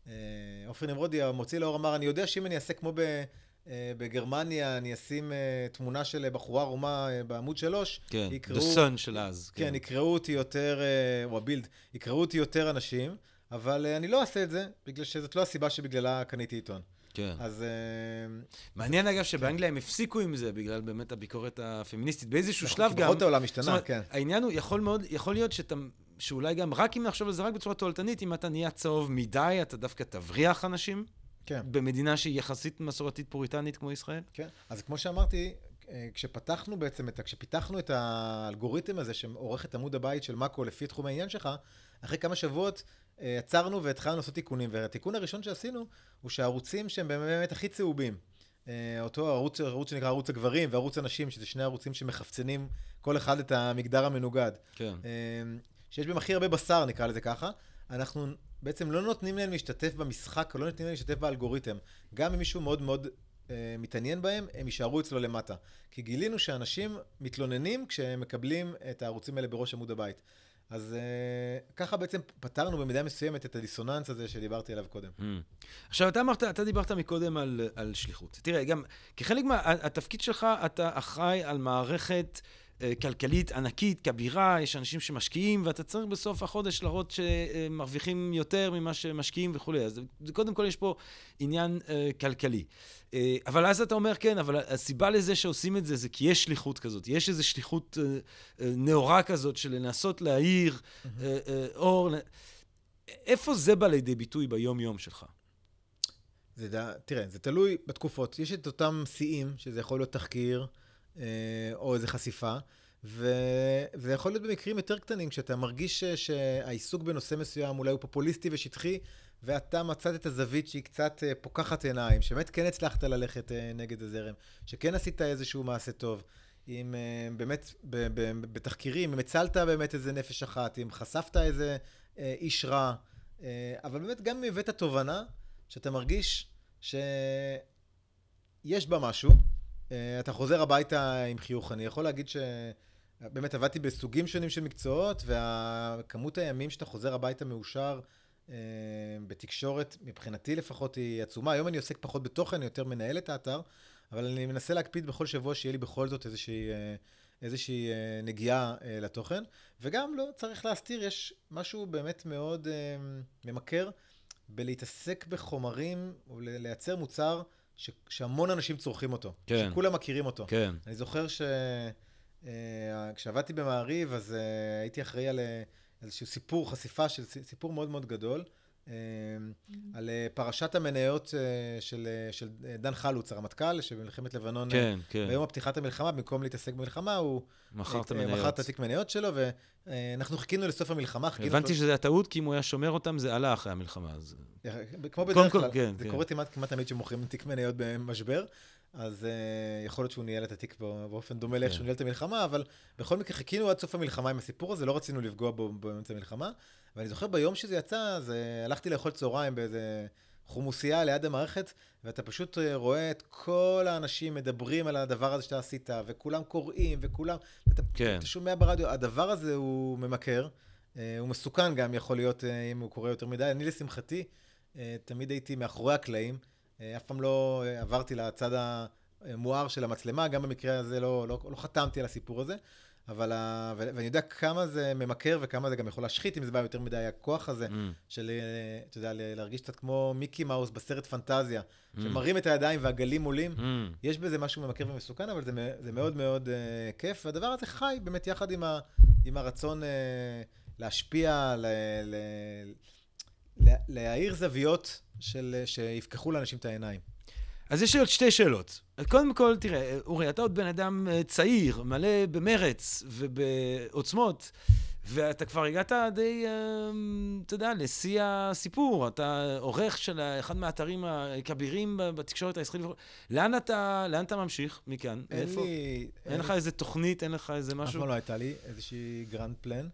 עופר נמרודי, המוציא לאור, אמר, אני יודע שאם אני אעשה כמו ב... בגרמניה, אני אשים תמונה של בחורה רומה בעמוד שלוש. כן, יקראו, The Sun של אז. כן, כן, יקראו אותי יותר, או הבילד, יקראו אותי יותר אנשים, אבל אני לא אעשה את זה, בגלל שזאת לא הסיבה שבגללה קניתי עיתון. כן. אז... מעניין אגב שבאנגליה הם הפסיקו עם זה, בגלל באמת הביקורת הפמיניסטית. באיזשהו שלב גם... בכל העולם השתנה, כן. העניין הוא, יכול מאוד, יכול להיות שאתה... שאולי גם, רק אם נחשוב על זה רק בצורה תועלתנית, אם אתה נהיה צהוב מדי, אתה דווקא תבריח אנשים. כן. במדינה שהיא יחסית מסורתית פוריטנית כמו ישראל? כן. אז כמו שאמרתי, כשפתחנו בעצם, את, כשפיתחנו את האלגוריתם הזה שעורך את עמוד הבית של מאקו לפי תחום העניין שלך, אחרי כמה שבועות עצרנו והתחלנו לעשות תיקונים, והתיקון הראשון שעשינו הוא שהערוצים שהם באמת הכי צהובים, אותו ערוץ, ערוץ שנקרא ערוץ הגברים וערוץ הנשים, שזה שני ערוצים שמחפצנים כל אחד את המגדר המנוגד. כן. שיש בהם הכי הרבה בשר, נקרא לזה ככה, אנחנו בעצם לא נותנים להם להשתתף במשחק, או לא נותנים להם להשתתף באלגוריתם. גם אם מישהו מאוד מאוד אה, מתעניין בהם, הם יישארו אצלו למטה. כי גילינו שאנשים מתלוננים כשהם מקבלים את הערוצים האלה בראש עמוד הבית. אז אה, ככה בעצם פתרנו במידה מסוימת את הדיסוננס הזה שדיברתי עליו קודם. Mm. עכשיו, אתה אמרת, אתה דיברת מקודם על, על שליחות. תראה, גם כחלק מהתפקיד שלך, אתה אחראי על מערכת כלכלית ענקית, כבירה, יש אנשים שמשקיעים, ואתה צריך בסוף החודש להראות שמרוויחים יותר ממה שמשקיעים וכו'. אז קודם כל יש פה עניין אה, כלכלי. אה, אבל אז אתה אומר, כן, אבל הסיבה לזה שעושים את זה, זה כי יש שליחות כזאת. יש איזו שליחות אה, אה, נאורה כזאת של לנסות להעיר mm-hmm. אה, אה, אור. איפה זה בא לידי ביטוי ביום-יום שלך? זה דה, תראה, זה תלוי בתקופות. יש את אותם שיאים, שזה יכול להיות תחקיר, או איזו חשיפה, וזה יכול להיות במקרים יותר קטנים, כשאתה מרגיש שהעיסוק בנושא מסוים אולי הוא פופוליסטי ושטחי, ואתה מצאת את הזווית שהיא קצת פוקחת עיניים, שבאמת כן הצלחת ללכת נגד הזרם, שכן עשית איזשהו מעשה טוב, אם באמת בתחקירים, אם הצלת באמת איזה נפש אחת, אם חשפת איזה איש רע, אבל באמת גם הבאת תובנה, שאתה מרגיש שיש בה משהו, אתה חוזר הביתה עם חיוך. אני יכול להגיד שבאמת עבדתי בסוגים שונים של מקצועות, והכמות הימים שאתה חוזר הביתה מאושר בתקשורת, מבחינתי לפחות היא עצומה. היום אני עוסק פחות בתוכן, יותר מנהל את האתר, אבל אני מנסה להקפיד בכל שבוע שיהיה לי בכל זאת איזושהי, איזושהי נגיעה לתוכן. וגם לא צריך להסתיר, יש משהו באמת מאוד ממכר בלהתעסק בחומרים, או לייצר מוצר ש- שהמון אנשים צורכים אותו, כן. שכולם מכירים אותו. כן. אני זוכר שכשעבדתי uh, במעריב, אז uh, הייתי אחראי על uh, איזשהו סיפור, חשיפה של סיפור מאוד מאוד גדול, uh, mm-hmm. על uh, פרשת המניות uh, של, uh, של דן חלוץ, הרמטכ"ל, שבמלחמת לבנון, כן, uh, כן. ביום הפתיחת המלחמה, במקום להתעסק במלחמה, הוא מכר את uh, המניות. מכר את התיק מניות שלו, ואנחנו uh, חיכינו לסוף המלחמה. הבנתי שזה הטעות, כי אם הוא היה שומר אותם, זה עלה אחרי המלחמה. אז... כמו בדרך כלל, כן, זה כן. קורה כמעט, כמעט תמיד שמוכרים תיק מניות במשבר, אז uh, יכול להיות שהוא ניהל את התיק באופן דומה לאיך שהוא ניהל את המלחמה, אבל בכל מקרה חיכינו עד סוף המלחמה עם הסיפור הזה, לא רצינו לפגוע בו באמצע המלחמה, ואני זוכר ביום שזה יצא, אז uh, הלכתי לאכול צהריים באיזה חומוסייה ליד המערכת, ואתה פשוט uh, רואה את כל האנשים מדברים על הדבר הזה שאתה עשית, וכולם קוראים, וכולם, ואתה כן. אתה שומע ברדיו, הדבר הזה הוא ממכר, uh, הוא מסוכן גם, יכול להיות uh, אם הוא קורא יותר מדי. אני לשמחתי, uh, תמיד הייתי מאחורי הקלעים, אף פעם לא עברתי לצד המואר של המצלמה, גם במקרה הזה לא, לא, לא חתמתי על הסיפור הזה, אבל, ואני יודע כמה זה ממכר וכמה זה גם יכול להשחית, אם זה בא יותר מדי הכוח הזה, mm. של, אתה יודע, להרגיש קצת כמו מיקי מאוס בסרט פנטזיה, mm. שמרים את הידיים והגלים עולים, mm. יש בזה משהו ממכר ומסוכן, אבל זה, זה מאוד מאוד uh, כיף, והדבר הזה חי באמת יחד עם, ה, עם הרצון uh, להשפיע, ל, ל, ל, להאיר זוויות, של, שיפקחו לאנשים את העיניים. אז יש לי עוד שתי שאלות. קודם כל, תראה, אורי, אתה עוד בן אדם צעיר, מלא במרץ ובעוצמות, ואתה כבר הגעת די, אתה יודע, לשיא הסיפור. אתה עורך של אחד מהאתרים הכבירים בתקשורת הישראלית. לאן אתה, לאן אתה ממשיך מכאן? אין איפה? לי... אין, אין לך איזה תוכנית, אין לך איזה משהו? אף פעם לא הייתה לי איזושהי גרנד פלן.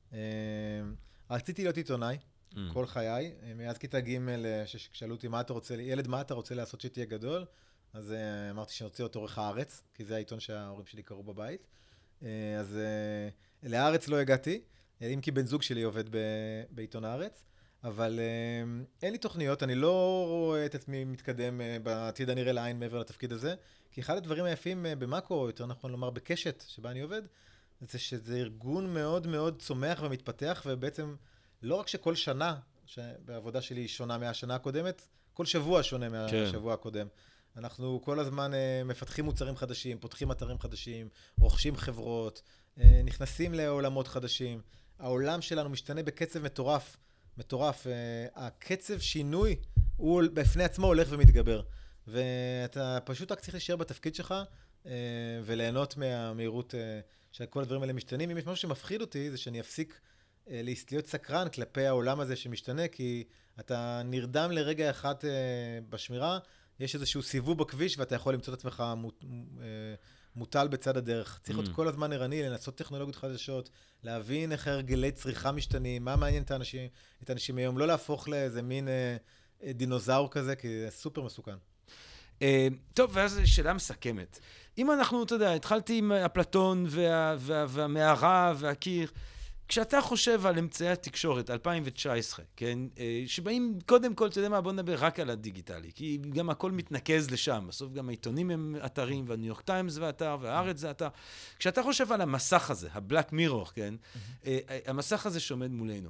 רציתי להיות עיתונאי. כל חיי, מאז כיתה ג' ששאלו אותי מה אתה רוצה, ילד מה אתה רוצה לעשות שתהיה גדול, אז אמרתי שאני רוצה להיות עורך הארץ, כי זה העיתון שההורים שלי קראו בבית. אז לארץ לא הגעתי, אם כי בן זוג שלי עובד בעיתון הארץ, אבל אה, אין לי תוכניות, אני לא רואה את עצמי מתקדם אה, בעתיד הנראה לעין מעבר לתפקיד הזה, כי אחד הדברים היפים אה, במאקו, או יותר נכון לומר בקשת שבה אני עובד, זה שזה ארגון מאוד מאוד צומח ומתפתח, ובעצם לא רק שכל שנה, שבעבודה שלי היא שונה מהשנה הקודמת, כל שבוע שונה מהשבוע כן. הקודם. אנחנו כל הזמן uh, מפתחים מוצרים חדשים, פותחים אתרים חדשים, רוכשים חברות, uh, נכנסים לעולמות חדשים. העולם שלנו משתנה בקצב מטורף, מטורף. Uh, הקצב שינוי הוא בפני עצמו הולך ומתגבר. ואתה פשוט רק צריך להישאר בתפקיד שלך uh, וליהנות מהמהירות uh, שכל הדברים האלה משתנים. אם יש משהו שמפחיד אותי זה שאני אפסיק uh, להיות סקרן כלפי העולם הזה שמשתנה, כי אתה נרדם לרגע אחד uh, בשמירה, יש איזשהו סיבוב בכביש ואתה יכול למצוא את עצמך מוט, מוטל בצד הדרך. צריך להיות mm. כל הזמן ערני, לנסות טכנולוגיות חדשות, להבין איך הרגלי צריכה משתנים, מה מעניין את האנשים, את האנשים היום, לא להפוך לאיזה מין אה, דינוזאור כזה, כי זה סופר מסוכן. אה, טוב, ואז שאלה מסכמת. אם אנחנו, אתה יודע, התחלתי עם אפלטון וה, וה, והמערה והקיר, כשאתה חושב על אמצעי התקשורת, אלפיים תשע עשרה, כן, שבאים קודם כל, אתה יודע מה, בוא נדבר רק על הדיגיטלי, כי גם הכל מתנקז לשם, בסוף גם העיתונים הם אתרים, והניו יורק טיימס זה אתר, והארץ זה אתר. כשאתה חושב על המסך הזה, הבלק מירור, כן, המסך הזה שעומד מולנו,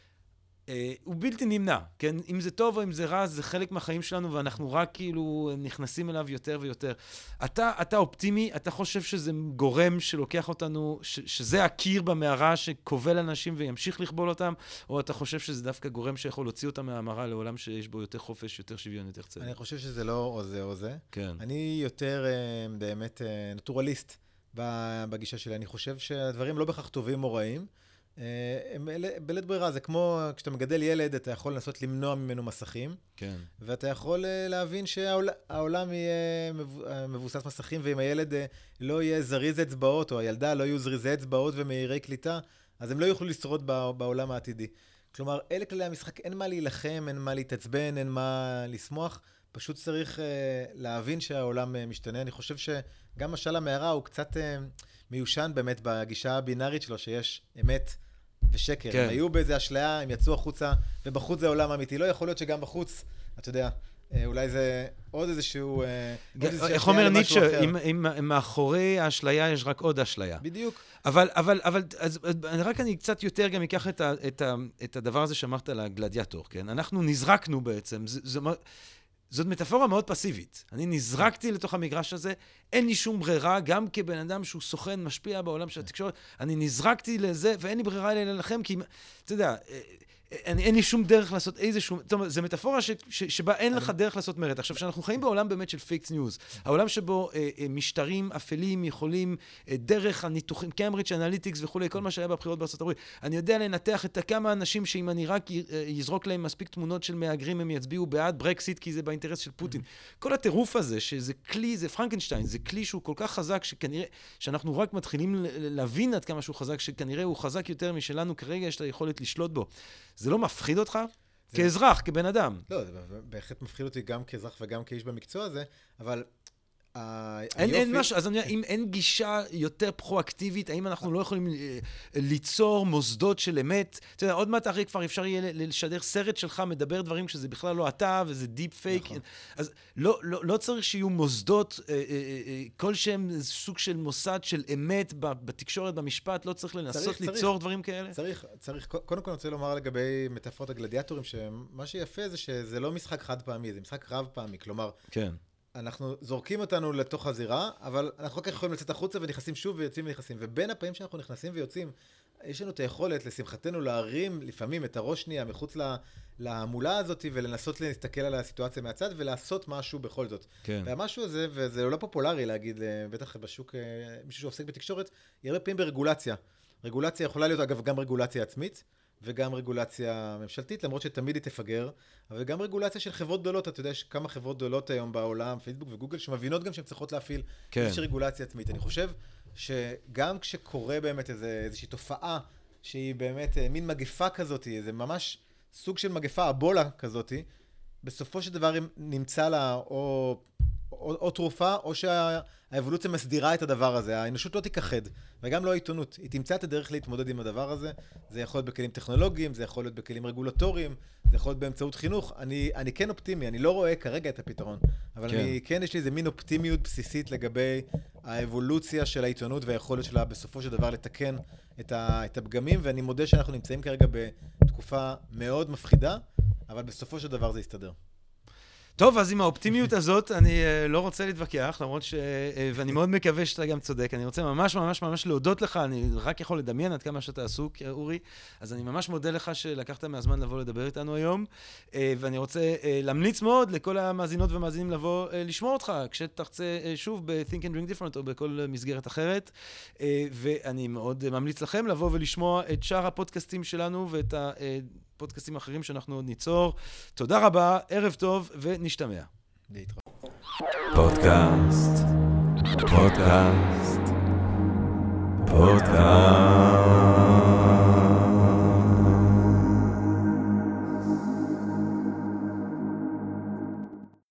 הוא בלתי נמנע, כן? אם זה טוב או אם זה רע, זה חלק מהחיים שלנו, ואנחנו רק כאילו נכנסים אליו יותר ויותר. אתה, אתה אופטימי, אתה חושב שזה גורם שלוקח אותנו, ש, שזה הקיר במערה שכובל אנשים וימשיך לכבול אותם, או אתה חושב שזה דווקא גורם שיכול להוציא אותם מהמערה לעולם שיש בו יותר חופש, יותר שוויון, יותר צדק? אני חושב שזה לא או זה או זה. כן. אני יותר באמת נטורליסט בגישה שלי. אני חושב שהדברים לא בכך טובים או רעים. בלית ברירה, זה כמו כשאתה מגדל ילד, אתה יכול לנסות למנוע ממנו מסכים, כן. ואתה יכול להבין שהעולם יהיה מבוסס מסכים, ואם הילד לא יהיה זריז אצבעות, או הילדה לא יהיו זריזי אצבעות ומהירי קליטה, אז הם לא יוכלו לשרוד בעולם העתידי. כלומר, אלה כללי המשחק, אין מה להילחם, אין מה להתעצבן, אין מה לשמוח, פשוט צריך להבין שהעולם משתנה. אני חושב שגם משל המערה הוא קצת מיושן באמת בגישה הבינארית שלו, שיש אמת ושקר. כן. הם היו באיזה אשליה, הם יצאו החוצה, ובחוץ זה עולם אמיתי. לא יכול להיות שגם בחוץ, אתה יודע, אולי זה עוד איזשהו... איך אומר ניטשה, אם מאחורי האשליה יש רק עוד אשליה. בדיוק. אבל, אבל, אבל, אז רק אני קצת יותר גם אקח את, ה, את, ה, את הדבר הזה שאמרת על הגלדיאטור, כן? אנחנו נזרקנו בעצם, זה, זה, זאת מטאפורה מאוד פסיבית. אני נזרקתי לתוך המגרש הזה, אין לי שום ברירה, גם כבן אדם שהוא סוכן, משפיע בעולם של התקשורת, אני נזרקתי לזה, ואין לי ברירה אלא לכם, כי, אתה יודע, אין, אין לי שום דרך לעשות איזשהו... זאת אומרת, זו מטאפורה ש, ש, שבה אין לך דרך לעשות מרד. עכשיו, שאנחנו חיים בעולם באמת של פייקס ניוז, העולם שבו אה, אה, משטרים אפלים יכולים, אה, דרך הניתוחים, קיימברידג' אנליטיקס וכו', כל מה שהיה בבחירות בארצות הברית, אני יודע לנתח את כמה אנשים שאם אני רק יזרוק להם מספיק תמונות של מהגרים, הם יצביעו בעד ברקסיט, כי זה באינטרס של פוטין. כל הטירוף הזה, שזה כלי, זה פרנקנשטיין, זה כלי שהוא כל כך חזק, שכנראה, שאנחנו רק מתחילים להבין עד כמה שהוא חזק, שכנראה הוא חזק יותר משלנו, כרגע יש את היכולת לשלוט בו. זה לא מפחיד אותך? זה... כאזרח, כבן אדם. לא, זה בהחלט מפחיד אותי גם כאזרח וגם כאיש במקצוע הזה, אבל... אין, אין משהו, אז אני אומר, אם אין גישה יותר פרואקטיבית, האם אנחנו לא יכולים ליצור מוסדות של אמת? אתה יודע, עוד מעט אחרי כבר אפשר יהיה לשדר סרט שלך, מדבר דברים שזה בכלל לא אתה, וזה דיפ פייק. נכון. אז לא, לא, לא צריך שיהיו מוסדות, כלשהם סוג של מוסד של אמת בתקשורת, במשפט, לא צריך לנסות צריך, ליצור צריך, דברים כאלה? צריך, צריך. קודם כל אני רוצה לומר לגבי מטאפורות הגלדיאטורים, שמה שיפה זה שזה לא משחק חד פעמי, זה משחק רב פעמי, כלומר... כן. אנחנו זורקים אותנו לתוך הזירה, אבל אנחנו רק יכולים לצאת החוצה ונכנסים שוב ויוצאים ונכנסים. ובין הפעמים שאנחנו נכנסים ויוצאים, יש לנו את היכולת, לשמחתנו, להרים לפעמים את הראש שנייה מחוץ להמולה הזאת, ולנסות להסתכל על הסיטואציה מהצד, ולעשות משהו בכל זאת. כן. והמשהו הזה, וזה לא פופולרי להגיד, בטח בשוק, מישהו שעוסק בתקשורת, יהיה הרבה פעמים ברגולציה. רגולציה יכולה להיות, אגב, גם רגולציה עצמית, וגם רגולציה ממשלתית, למרות שתמיד היא תפגר, אבל גם רגולציה של חברות גדולות. אתה יודע, יש כמה חברות גדולות היום בעולם, פייסבוק וגוגל, שמבינות גם שהן צריכות להפעיל כן. איזושהי רגולציה עצמית. אני חושב שגם כשקורה באמת איזה, איזושהי תופעה, שהיא באמת מין מגפה כזאת, זה ממש סוג של מגפה, אבולה כזאת, בסופו של דבר נמצא לה או או, או תרופה, או שהאבולוציה מסדירה את הדבר הזה. האנושות לא תיכחד, וגם לא העיתונות. היא תמצא את הדרך להתמודד עם הדבר הזה. זה יכול להיות בכלים טכנולוגיים, זה יכול להיות בכלים רגולטוריים, זה יכול להיות באמצעות חינוך. אני, אני כן אופטימי, אני לא רואה כרגע את הפתרון, אבל כן. אני, כן יש לי איזה מין אופטימיות בסיסית לגבי האבולוציה של העיתונות והיכולת שלה בסופו של דבר לתקן את, ה, את הפגמים, ואני מודה שאנחנו נמצאים כרגע בתקופה מאוד מפחידה, אבל בסופו של דבר זה יסתדר. טוב, אז עם האופטימיות הזאת, אני uh, לא רוצה להתווכח, למרות ש... Uh, ואני מאוד מקווה שאתה גם צודק. אני רוצה ממש ממש ממש להודות לך, אני רק יכול לדמיין עד כמה שאתה עסוק, אורי, אז אני ממש מודה לך שלקחת מהזמן לבוא לדבר איתנו היום, uh, ואני רוצה uh, להמליץ מאוד לכל המאזינות ומאזינים לבוא uh, לשמוע אותך, כשתחצה uh, שוב ב-Think and Drink Different או בכל מסגרת אחרת, uh, ואני מאוד uh, ממליץ לכם לבוא ולשמוע את שאר הפודקאסטים שלנו ואת ה... Uh, פודקאסטים אחרים שאנחנו עוד ניצור. תודה רבה, ערב טוב ונשתמע. פודקאסט, פודקאסט, פודקאסט.